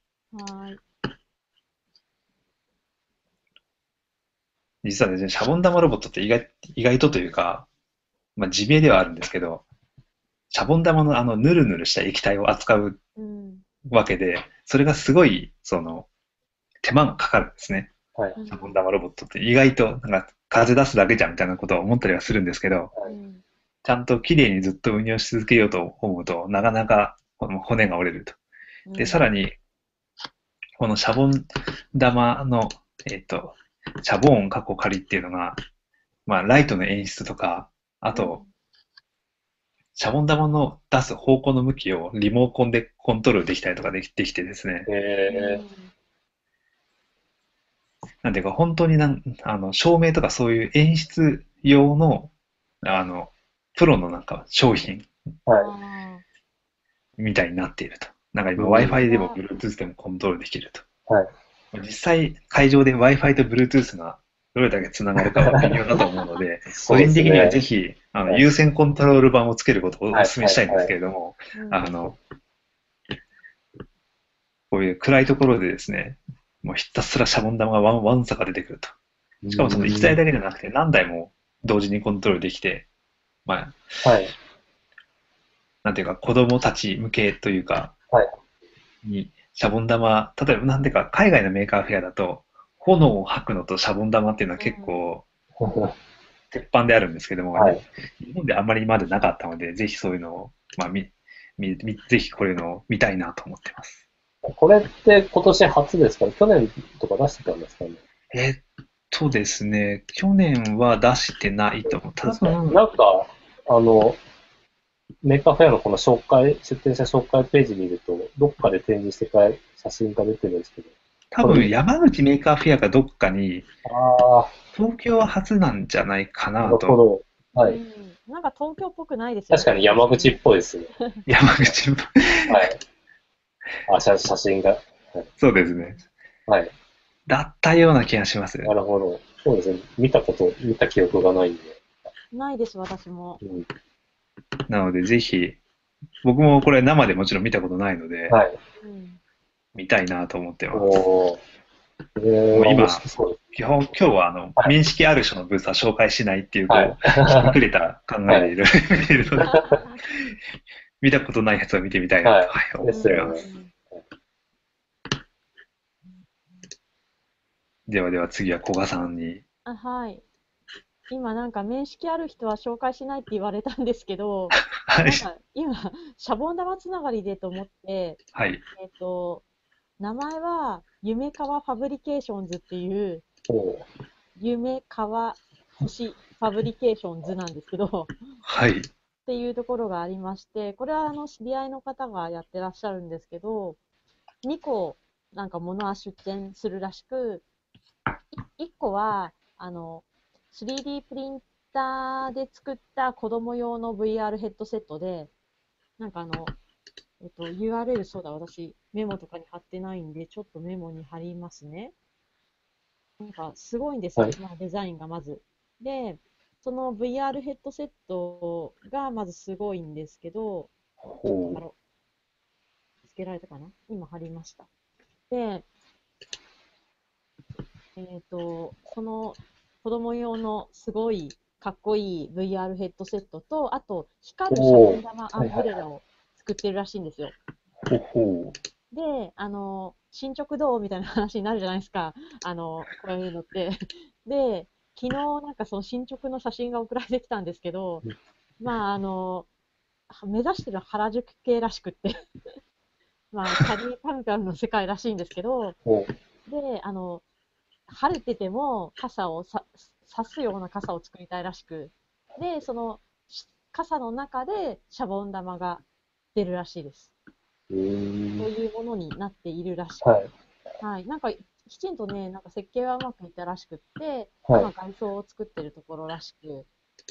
実はですね、シャボン玉ロボットって意外とというか、まあ、地名ではあるんですけど、シャボン玉のヌルヌルした液体を扱うわけで、それがすごい、手間がかかるんですね。シャボン玉ロボットって意外と、なんか、風出すだけじゃんみたいなことを思ったりはするんですけど、ちゃんと綺麗にずっと運用し続けようと思うと、なかなか骨が折れると。で、さらに、このシャボン玉の、 シャボン過去仮っていうのが、まあ、ライトの演出とか、あと、シャボン玉の出す方向の向きをリモコンでコントロールできたりとかできてですね。なんていうか、本当に照明とかそういう演出用の、プロのなんか商品みたいになっていると。なんか今 Wi-Fi でも Bluetooth でもコントロールできると。 はい。 実際会場で Wi-Fi と Bluetooth がどれだけつながるかは微妙だと思うので、個人的にはぜひ有線コントロール板をつけることをお勧めしたいんですけれども、こういう暗いところでですね、もうひたすらシャボン玉がわんさか出てくると。しかもその1台だけじゃなくて何台も同時にコントロールできて、まあ、なんていうか子供たち向けというか、にシャボン玉、例えばなんていうか海外のメーカーフェアだと、炎を吐くのとシャボン玉っていうのは結構、鉄板であるんですけども、日本であんまり今までなかったので、ぜひそういうのを、まあ、ぜひこういうのを見たいなと思ってます。 これって今年初ですか？去年とか出してたんですかね？ ですね、去年は出してないと思う。 なんか、メーカーフェアのこの出展者紹介ページ見ると、どっかで展示してから写真が出てるんですけど。 多分山口メーカーフェアかどっかに、東京は初なんじゃないかなと。 なんか東京っぽくないですよね。 確かに山口っぽいですね。 山口っぽい。 写真が。 そうですね。だったような気がします。 なるほど。そうですね。見た記憶がないんで。 ないです、私も。 なので、ぜひ、僕もこれ生でもちろん見たことないので、見たいなと思ってます。今日は面識ある人のブースは紹介しないっていう、ひねくれた考えでいろいろ見てるので、見たことないやつを見てみたいなと思ってます。では次は古賀さんに。 今なんか面識ある人は紹介しないって言われたんですけど、なんか今、シャボン玉つながりでと思って、名前は夢川ファブリケーションズっていう、夢川星ファブリケーションズなんですけど、っていうところがありまして、これは知り合いの方がやってらっしゃるんですけど、2個なんか物は出展するらしく、1個は3D プリンターで作った子供用の VR ヘッドセットで、なんかURL そうだ、私メモとかに貼ってないんで、ちょっとメモに貼りますね。なんかすごいんですよ、デザインがまず。で、その VR ヘッドセットがまずすごいんですけど、つけられたかな？今貼りました。で、この子供用のすごいかっこいい VR ヘッドセットと、あと光るシャボン玉アンブレラを作ってるらしいんですよ。で、進捗どうみたいな話になるじゃないですか。こういうのって。で、昨日なんかその進捗の写真が送られてきたんですけど、まあ目指してる原宿系らしくってまあ、キャリーパンパンの世界らしいんですけど、で、晴れてても傘を差すような傘を作りたいらしく、で、その傘の中でシャボン玉が出るらしいです。そういうものになっているらしく、なんかきちんとね、なんか設計はうまくいったらしくって、今外装を作ってるところらしく、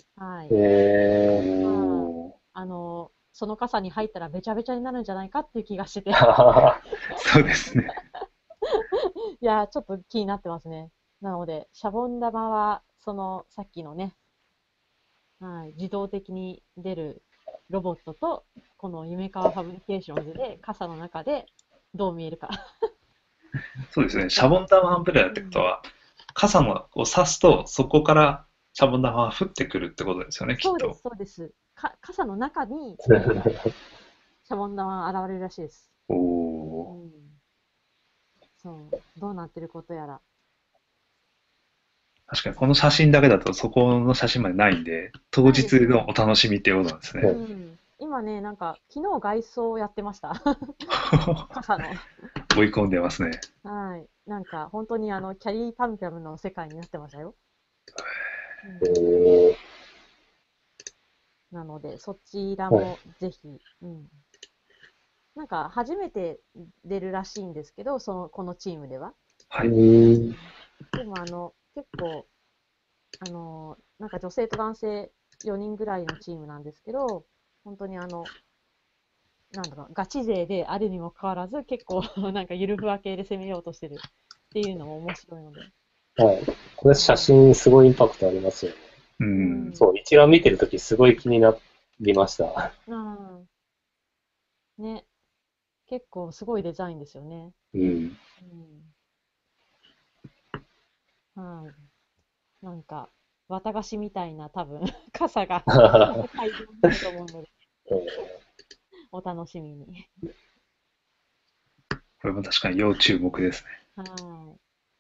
その傘に入ったらべちゃべちゃになるんじゃないかっていう気がしてて。 そうですね。 いや、ちょっと気になってますね。なので、シャボン玉は、さっきのね、自動的に出るロボットと、この夢川ファブリケーションズで、傘の中でどう見えるか。 そうですね。シャボン玉アンブレラってことは、傘を差すと、そこからシャボン玉が降ってくるってことですよね、きっと。 そうです。傘の中に、シャボン玉が現れるらしいです。どうなってることやら。 確かにこの写真だけだとそこの写真までないんで、当日のお楽しみっていうことなんですね。 今ね、なんか昨日外装をやってました。傘の。 追い込んでますね。 なんか本当にキャリーパムパムの世界になってましたよ。 おー、 なので、そちらもぜひ、なんか初めて出るらしいんですけど、このチームでは。 はい。 でも結構、なんか女性と男性4人ぐらいのチームなんですけど、本当になんだろう、ガチ勢であるにもかかわらず、結構なんかゆるふわ系で攻めようとしてるっていうのも面白いので。 はい。これ写真すごいインパクトありますよね。そう、一覧見てるときすごい気になりました。 ね。結構すごいデザインですよね。はい。なんか、綿菓子みたいな多分、傘が会場になると思うので、お楽しみに。 これも確かに要注目ですね。 はい。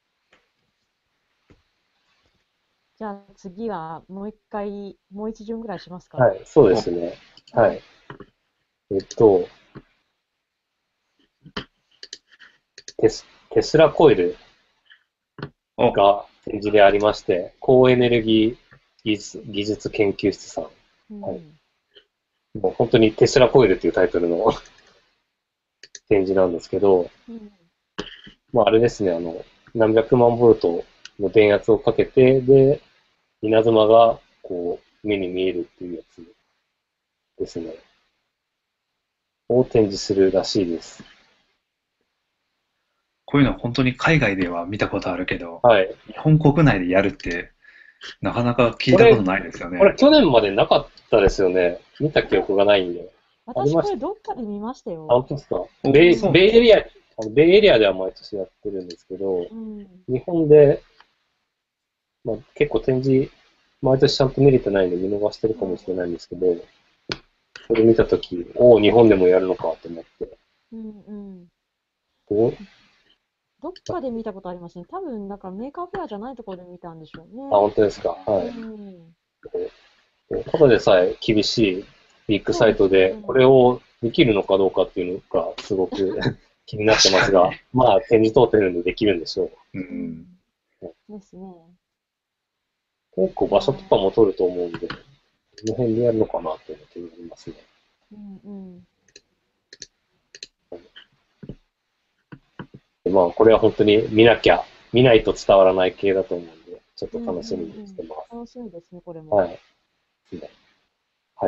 じゃあ次はもう一回、もう一巡ぐらいしますか？ はい、そうですね。はい。えっと、テスラコイルが展示でありまして、高エネルギー技術研究室さん。はい。もう本当にテスラコイルっていうタイトルの展示なんですけど、まああれですね、何百万ボルトの電圧をかけて、で、稲妻がこう目に見えるっていうやつですね。を展示するらしいです。 こういうのは本当に海外では見たことあるけど、 はい。 日本国内でやるってなかなか聞いたことないですよね。 これ去年までなかったですよね。見た記憶がないんで。 私これどっかで見ましたよ。 本当ですか。ベイエリアでは毎年やってるんですけど、日本で、まあ、結構展示、毎年ちゃんと見れてないんで見逃してるかもしれないんですけど、それ見たとき、日本でもやるのかと思って。 どっかで見たことありますね。多分、だからメーカーフェアじゃないところで見たんでしょうね。 本当ですか。はい。ただでさえ厳しいビッグサイトで、これをできるのかどうかっていうのがすごく気になってますが、まあ展示通ってるんでできるんでしょう。 ですね。 結構場所とかも取ると思うんで、この辺でやるのかなって思って思いますね。まあこれは本当に見ないと伝わらない系だと思うんで、ちょっと楽しみにしてます。 楽しみですね、これも。 はい。はい。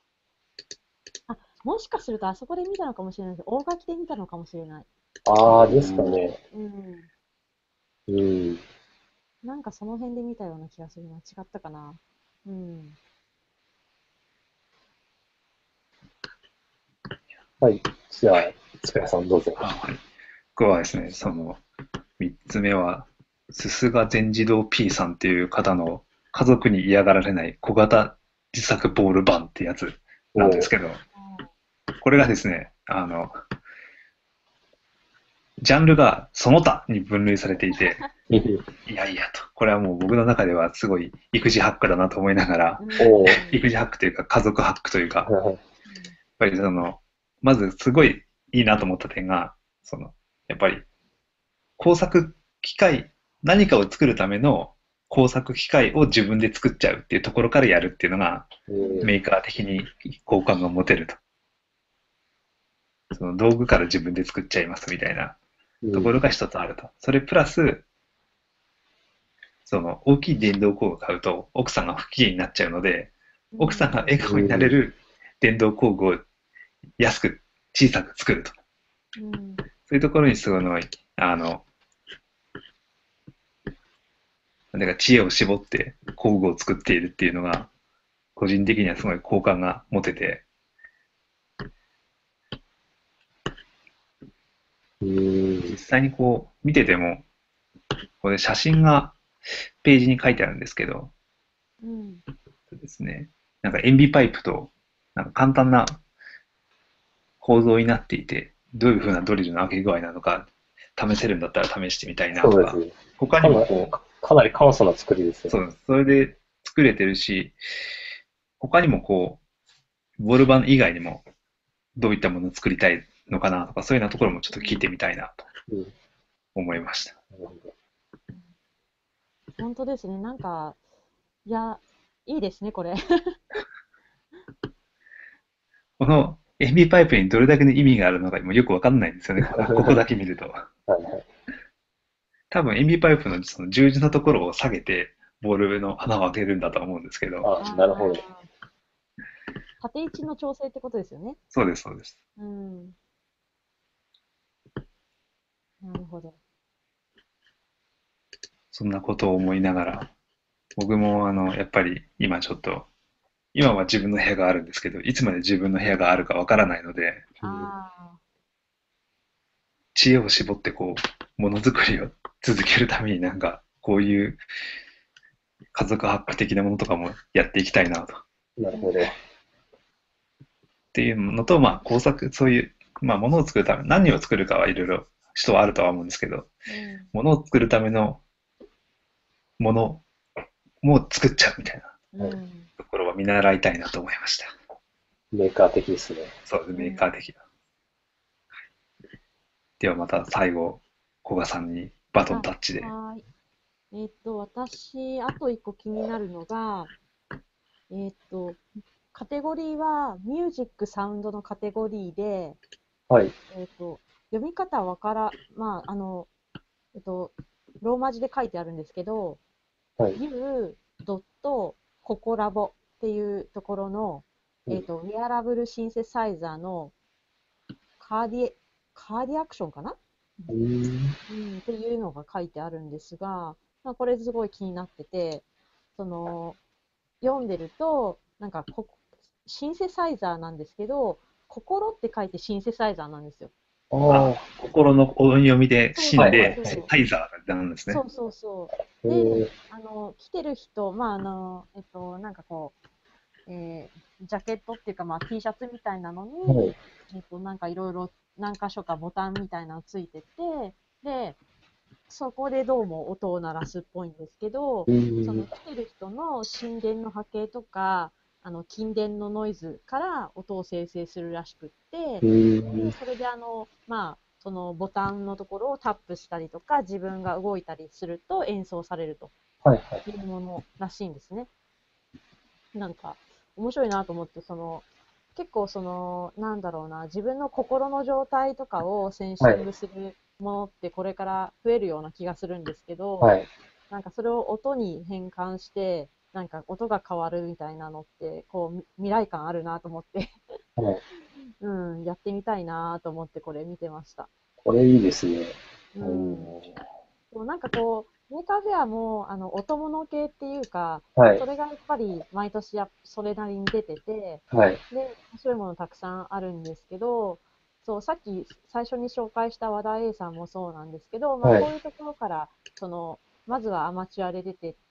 もしかするとあそこで見たのかもしれないです。大垣で見たのかもしれない。 ですかね。 なんかその辺で見たような気がするな。違ったかな。 はい。じゃあ、塚谷さんどうぞ。 はい。僕はですね、3つ目は、すすが全自動 P さんっていう方の家族に嫌がられない小型自作ボール板ってやつなんですけど、これがですね、ジャンルがその他に分類されていて、いやいやと、これはもう僕の中ではすごい育児ハックだなと思いながら、育児ハックというか家族ハックというか、やっぱりまずすごいいいなと思った点が、やっぱり工作機械、何かを作るための工作機械を自分で作っちゃうっていうところからやるっていうのが、メーカー的に好感が持てると。その道具から自分で作っちゃいますみたいなところが一つあると。それプラス、大きい電動工具を買うと奥さんが不機嫌になっちゃうので、奥さんが笑顔になれる電動工具を安く小さく作ると。そういうところにすごいなんか知恵を絞って工具を作っているっていうのが、個人的にはすごい好感が持てて、実際にこう見てても、これ写真がページに書いてあるんですけど、ですね、なんか塩ビパイプとなんか簡単な構造になっていて、どういう風なドリルの開け具合なのか試せるんだったら試してみたいなとか、他にもこうかなり簡素な作りですよね。それで作れてるし、他にもこう、ボール板以外にもどういったものを作りたいのかなとか、そういうようなところもちょっと聞いてみたいなと思いました。 なるほど。 本当ですね。なんか、いや、いいですね、これ。 この塩ビパイプにどれだけの意味があるのかもよくわかんないんですよね。ここだけ見ると。 はいはい。 多分塩ビパイプのその十字のところを下げて、ボールの穴を開けるんだと思うんですけど。 あ、なるほど。 ああ、縦位置の調整ってことですよね。 そうです、そうです。 うん。なるほど。 そんなことを思いながら、僕もやっぱり今ちょっと、今は自分の部屋があるんですけど、いつまで自分の部屋があるかわからないので、 あ知恵を絞ってものづくりを続けるためにこういう家族ハック的なものとかもやっていきたいなと。 なるほど。 っていうのと、まあ工作、そういう、まあものを作るため、何を作るかはいろいろ人はあるとは思うんですけど、 あ、うん。 ものを作るためのものも作っちゃうみたいなうん。 ところは見習いたいなと思いました。 メーカー的ですね。 そうです、メーカー的な。ではまた最後、古賀さんにバトンタッチで。 はい。私、あと一個気になるのが、えっと、カテゴリーは、ミュージック、サウンドのカテゴリーで、 はい。 読み方わから、まあ、ローマ字で書いてあるんですけど、 はい。 u.coco ラボっていうところの、 うんウェアラブルシンセサイザーのカーディ、カーディアクションかな、 うーん。 っていうのが書いてあるんですが、まあ、これすごい気になってて、その、読んでると、シンセサイザーなんですけど、心って書いてシンセサイザーなんですよ。 ああ、 心の音読みでそうそう芯で、 そう。 タイザーなんですね。 そうそうそえう。で、 ー、 来てる人、まあ、ジャケットっていうか、まあ、T シャツみたいなのに、 はい。 いろいろ何箇所かボタンみたいなのついてて、で、そこでどうも音を鳴らすっぽいんですけど、 うーん。 その来てる人の心電の波形とか、筋電のノイズから音を生成するらしくって、 うーで、 ん。 それでそのボタンのところをタップしたりとか、自分が動いたりすると演奏されるとはいはい。 いうものらしいんですね。面白いなと思って、結構なんだろうな、自分の心の状態とかをセンシはい。 ングするものってこれから増えるような気がするんですけど、 はい。 それを音に変換して、音が変わるみたいなのって、未来感あるなと思って、 はい。 うん、やってみたいなと思ってこれ見てました。 これいいですね。 ううん。 ん。 そうメーカーフェアも、音物系っていうか、 はい。 それがやっぱり毎年それなりに出てて、 はい。 で、面白いものたくさんあるんですけど、そう、さっき最初に紹介した和田 A さんもそうなんですけど、まあはい。 こういうところから、まずはアマチュアで出てって、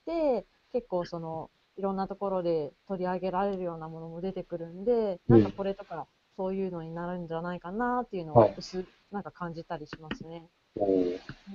結構いろんなところで取り上げられるようなものも出てくるんで、 うん。 これとかそういうのになるんじゃないかなっていうのはい。 を感じたりしますね。 おー、 うん。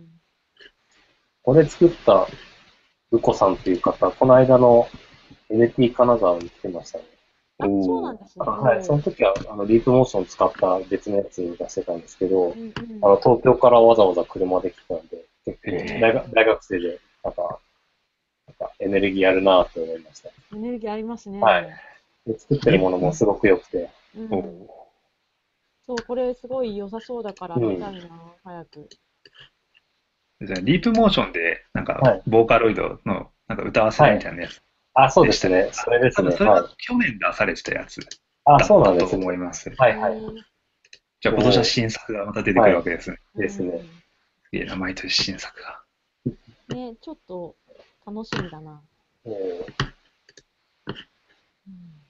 これ作ったうこさんっていう方、この間の NT 金沢に来てましたね。 あ、そうなんですね。 はい。その時は、リープモーション使った別のやつ出してたんですけど、 うんうん。 東京からわざわざ車で来たんで、結構え大学生で、エネルギーあるなって思いました。 エネルギーありますはい。 ね。 で、作ってるものもすごく良くて、 うおん。そう、これすごい良さそうだから見うん。 たいな、早く。 じゃあ、リープモーションで、 はい。 ボーカロイドの、歌わせるはい。 みたいなやつあ、そうでしたね。 ですね。それですね。 多分それはい。 は去年出されてたやつあ、そうなだったとんですね。 思います。 はいはい。 えー、 じゃあ、今年はでも、 新作がまた出てくはい。 るわけですね。 うですね。 ん。 すげえな、毎年新作が。 ね、ちょっと楽しみだな。 えうん、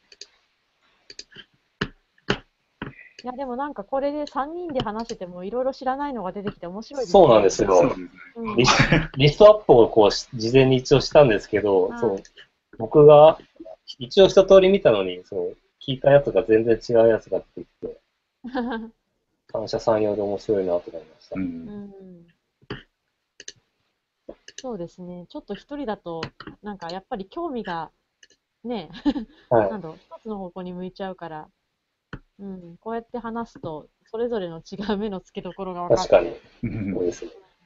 いや、でもこれで3人で話しててもいろいろ知らないのが出てきて面白いですそうなんでね。 すよ。 そうですね。 うん。 リス、リストアップを事前に一応したんですけど、 はい。 僕が一応一通り見たのに、聞いたやつが全然違うやつが出てきて、感謝三様で面白いなと思いました。 ううん。 ん。そうですね。ちょっと一人だと、やっぱり興味がね、 はい。 一つの方向に向いちゃうから、こうやって話すと、それぞれの違う目の付けどころが分か確かに。 って、 うん。 そうですね。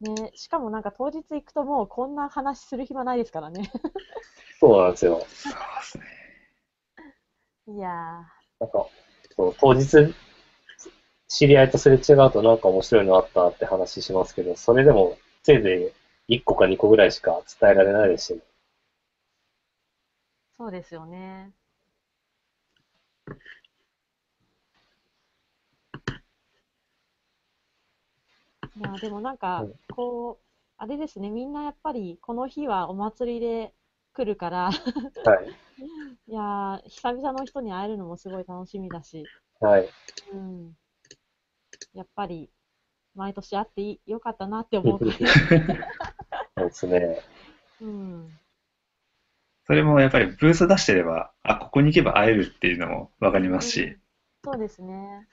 ね、しかもなんか当日行くともうこんな話する暇ないですからね。 そうなんですよ。 そうですね。 いやなんか、そう当日、知り合いとすれ違うとなんか面白いのあったって話しますけど、それでもせいぜい1個か2個ぐらいしか伝えられないですしね。 そうですよね。いや、でもなんか、 うんこう、あれですね、みんなやっぱりこの日はお祭りで来るから、 はい。 いやー、久々の人に会えるのもすごい楽しみだし、 はい。 うん、やっぱり毎年会ってよかったなって思う回です。 そうですね。 うん、 それもやっぱりブース出してれば、あ、ここに行けば会えるっていうのもわかりますし、 そうですね。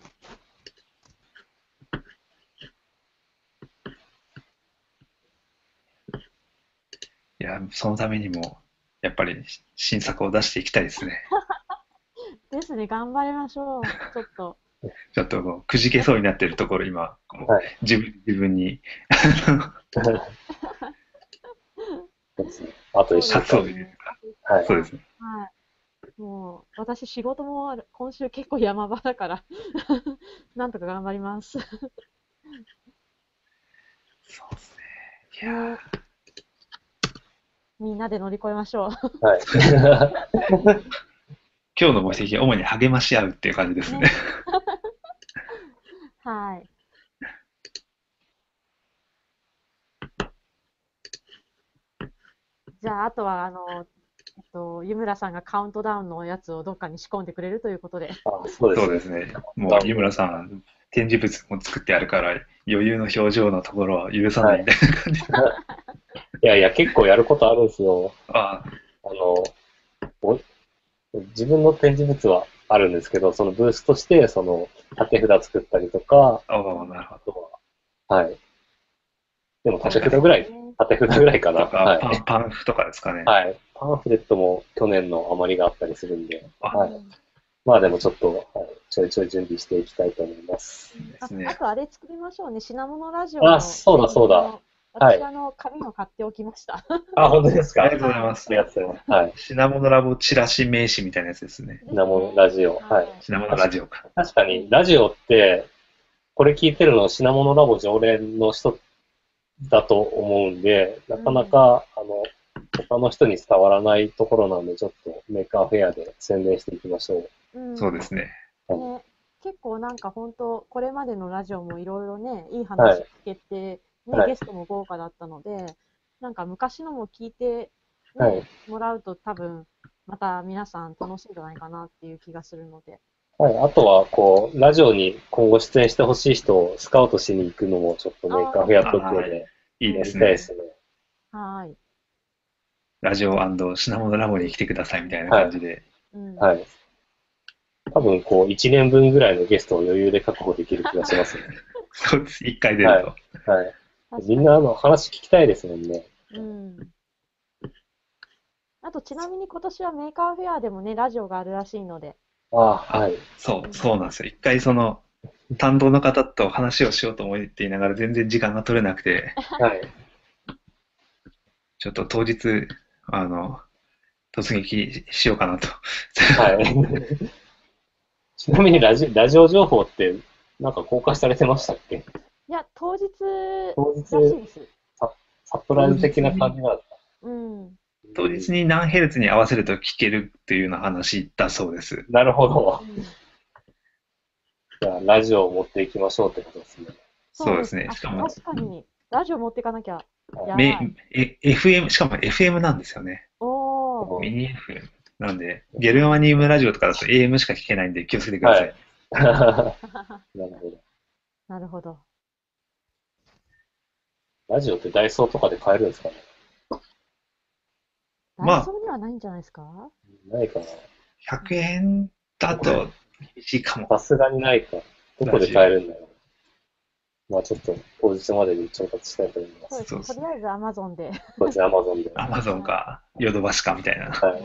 いや、そのためにも、やっぱり新作を出していきたいですね。 ですね、頑張りましょう。ちょっと。 ちょっともうくじけそうになってるところ、今、こうはい。 自分にそうですね。あと1週間。 喝を入れるか。 はい。 そうですね。 はい。もう、私仕事も今週結構山場だからなんとか頑張ります。 そうですね。いやね、みんなで乗り越えましょう。 はい。 今日のご指摘は主に励まし合うっていう感じですね。 ね。はい。じゃあ、あとは、湯村さんがカウントダウンのやつをどっかに仕込んでくれるということで。 あ、そうですね。 そうですね。もう、井村さん、展示物も作ってあるから、余裕の表情のところは許さないみたいな感じ。 いやいや、結構やることあるんですよ。 ああの、お自分の展示物はあるんですけど、そのブースとして、その、縦札作ったりとか、 あ、なるほあとは、はい。でも縦確かに札ぐらい、縦札ぐらいかど。 な。 とか、 はい。 パンフとかですかね。 はい。パンフレットも去年の余りがあったりするんで、 あ、 はい。まあでもちょっと、はい、ちょいちょい準備していきたいと思います。 ですね。 あとあれ作りましょうね。品物ラジオあ、 のそうだそうだ。はい私、紙を買っておきました。 あ、本当ですか。 ありがとうございますありがとうございます。はい。 品物ラボチラシ名刺みたいなやつですね。 品物ラジオ。はい。 品物ラジオか。 確かに、ラジオって、これ聞いてるの品物ラボ常連の人だと思うんで、なかなか、他の人に伝わらないところなんで、ちょっとメーカーフェアで宣伝していきましょう。 そうですね。 ね、結構なんか本当、これまでのラジオもいろいろね、いい話聞けて、ね、ゲストも豪華だったので、なんか昔のも聞いて、ね、もらうと多分、また皆さん楽しいんじゃないかなっていう気がするので。 はい。あとは、こう、ラジオに今後出演してほしい人をスカウトしに行くのも、ちょっとメーカーフェア東京でいいやりですね。 たいですね。 はい。 ラジオ品物ラボに来てくださいみたいな感じで。 はい。多分、こう、1年分ぐらいのゲストを余裕で確保できる気がしますね。 そうです。1回出ると。 はい。みんな話聞きたいですもんね。 あと、ちなみに今年はメーカーフェアでもね、ラジオがあるらしいので。 はい。そうなんですよ。一回担当の方と話をしようと思っていながら全然時間が取れなくて、 はい。 ちょっと当日、突撃しようかなと。 はい。ちなみにラジオ情報ってなんか公開されてましたっけ？ いや、当日当らしい日です。 サプライズ的な感じなんですか？ 当日に何ヘルツに合わせると聞けるっていうような話だそうです。 なるほど。じゃあ、ラジオを持っていきましょうってことですね。 そうですね。しかも、 確かに、ラジオ持っていかなきゃ。 FM、しかも FM なんですよね。ミニ FM。なんで、ゲルマニウムラジオとかだと AM しか聞けないんで気をつけてください。 なるほど。 なるほど。 ラジオってダイソーとかで買えるんですかね？ ダイソーにはないんじゃないですか？ ないかな。 100円だと厳しいかも。 さすがにないか。どこで買えるんだろう。まあちょっと当日までに調達したいと思います。 そうです。とりあえず Amazon で。 そうですね、Amazon で。 Amazon か、ヨドバシかみたいな。 はい。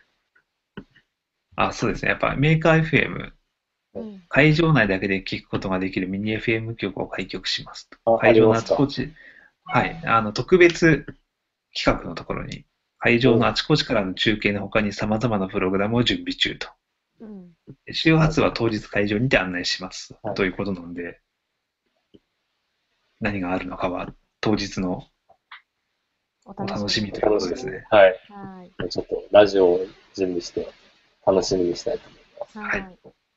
そうですね。やっぱメーカー FM、会場内だけで聞くことができるミニ FM 局を開局しますと。会場のあちこちはい、特別企画のところに、会場のあちこちからの中継の他に様々なプログラムを準備中と。 うん。 周波数は当日会場にて案内します。 はいということなので、何があるのかは当日のおお楽しみという楽しみことですね。 はい。 はい。 ちょっとラジオを準備して楽しみにしたいと思います。 は。 はい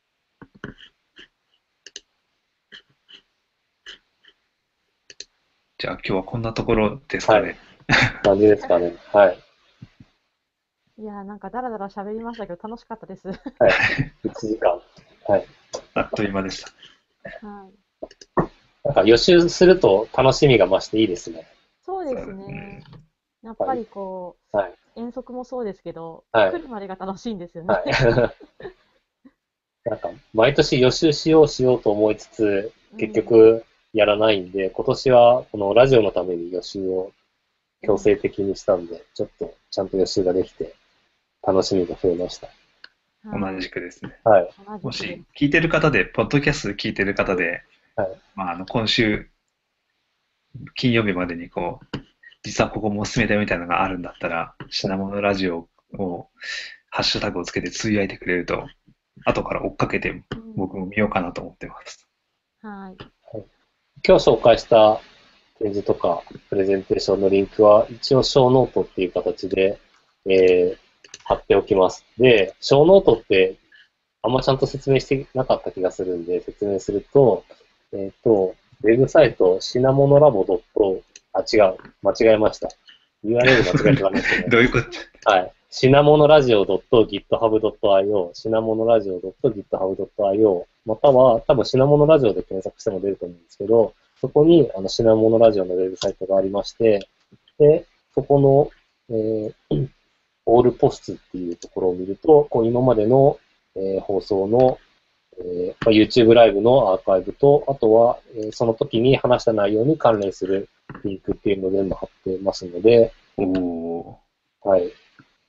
じゃあ今日はこんなところですかね。 感じですかね。はい。 いやー、なんかダラダラ喋りましたけど楽しかったです。 はい。1時間。はい。 あっという間でした。 はい。 なんか予習すると楽しみが増していいですね。 そうですね。やっぱりこう、 はい。 遠足もそうですけど、 はい来るまでが楽しいんですよね。 はい。なんか、毎年予習しようと思いつつ、結うん局やらないんで、今年はこのラジオのために予習を強制的にしたんで、ちょっとちゃんと予習ができて、楽しみが増えました。 はい同じくですね。 はい。 も同じくですし聞いてる方で、ポッドキャスト聞いてる方で、 はい。 今週金曜日までにこう、実はここもおすすめだよみたいなのがあるんだったら、品物ラジオを、ハッシュタグをつけてつぶやいてくれると、後から追っかけて僕も見ようかなと思ってます。 はい。 今日紹介した展示とかプレゼンテーションのリンクは一応小ノートっていう形で、貼っておきます。で、小ノートってあんまちゃんと説明してなかった気がするんで説明すると、ウェブサイト、品物ラボ違う。間違えました。URL 間違えてましたね。 どういうことはい。品物ラジオ .github.io、品物ラジオ .github.io、または、多分品物ラジオで検索しても出ると思うんですけど、そこに、品物ラジオのウェブサイトがありまして、で、そこの、オールポストっていうところを見ると、こう今までの、放送の、YouTube ライブのアーカイブと、あとは、その時に話した内容に関連するリンクっていうのを全部貼ってますので、はい。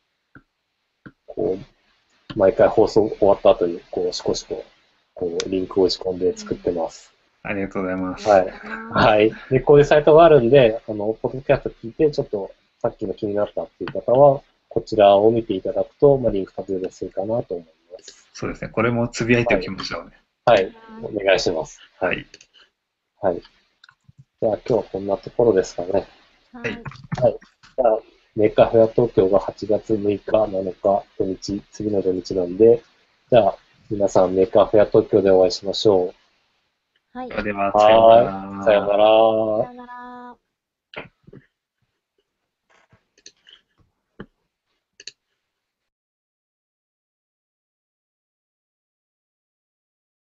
こう、毎回放送終わった後に、こう、しこしこ、こう、リンクを打ち込んで作ってます。 ありがとうございます。 はい。はい。で、こういうサイトがあるんで、ポッドキャスト聞いて、ちょっと、さっきの気になったっていう方は、こちらを見ていただくと、リンクたどりやすいかなと思います。 そうですね。これもつぶやいておきましょうね。 はい。お願いします。 はい。 はい。じゃあ、今日はこんなところですかね。 はい。 はい。じゃあ、メーカーフェア東京が8月6日、7日、土日、次の土日なんで、じゃあ、皆さんメーカーフェア東京でお会いしましょう。 はい。 では、さようなら。 さようなら。 さよなら。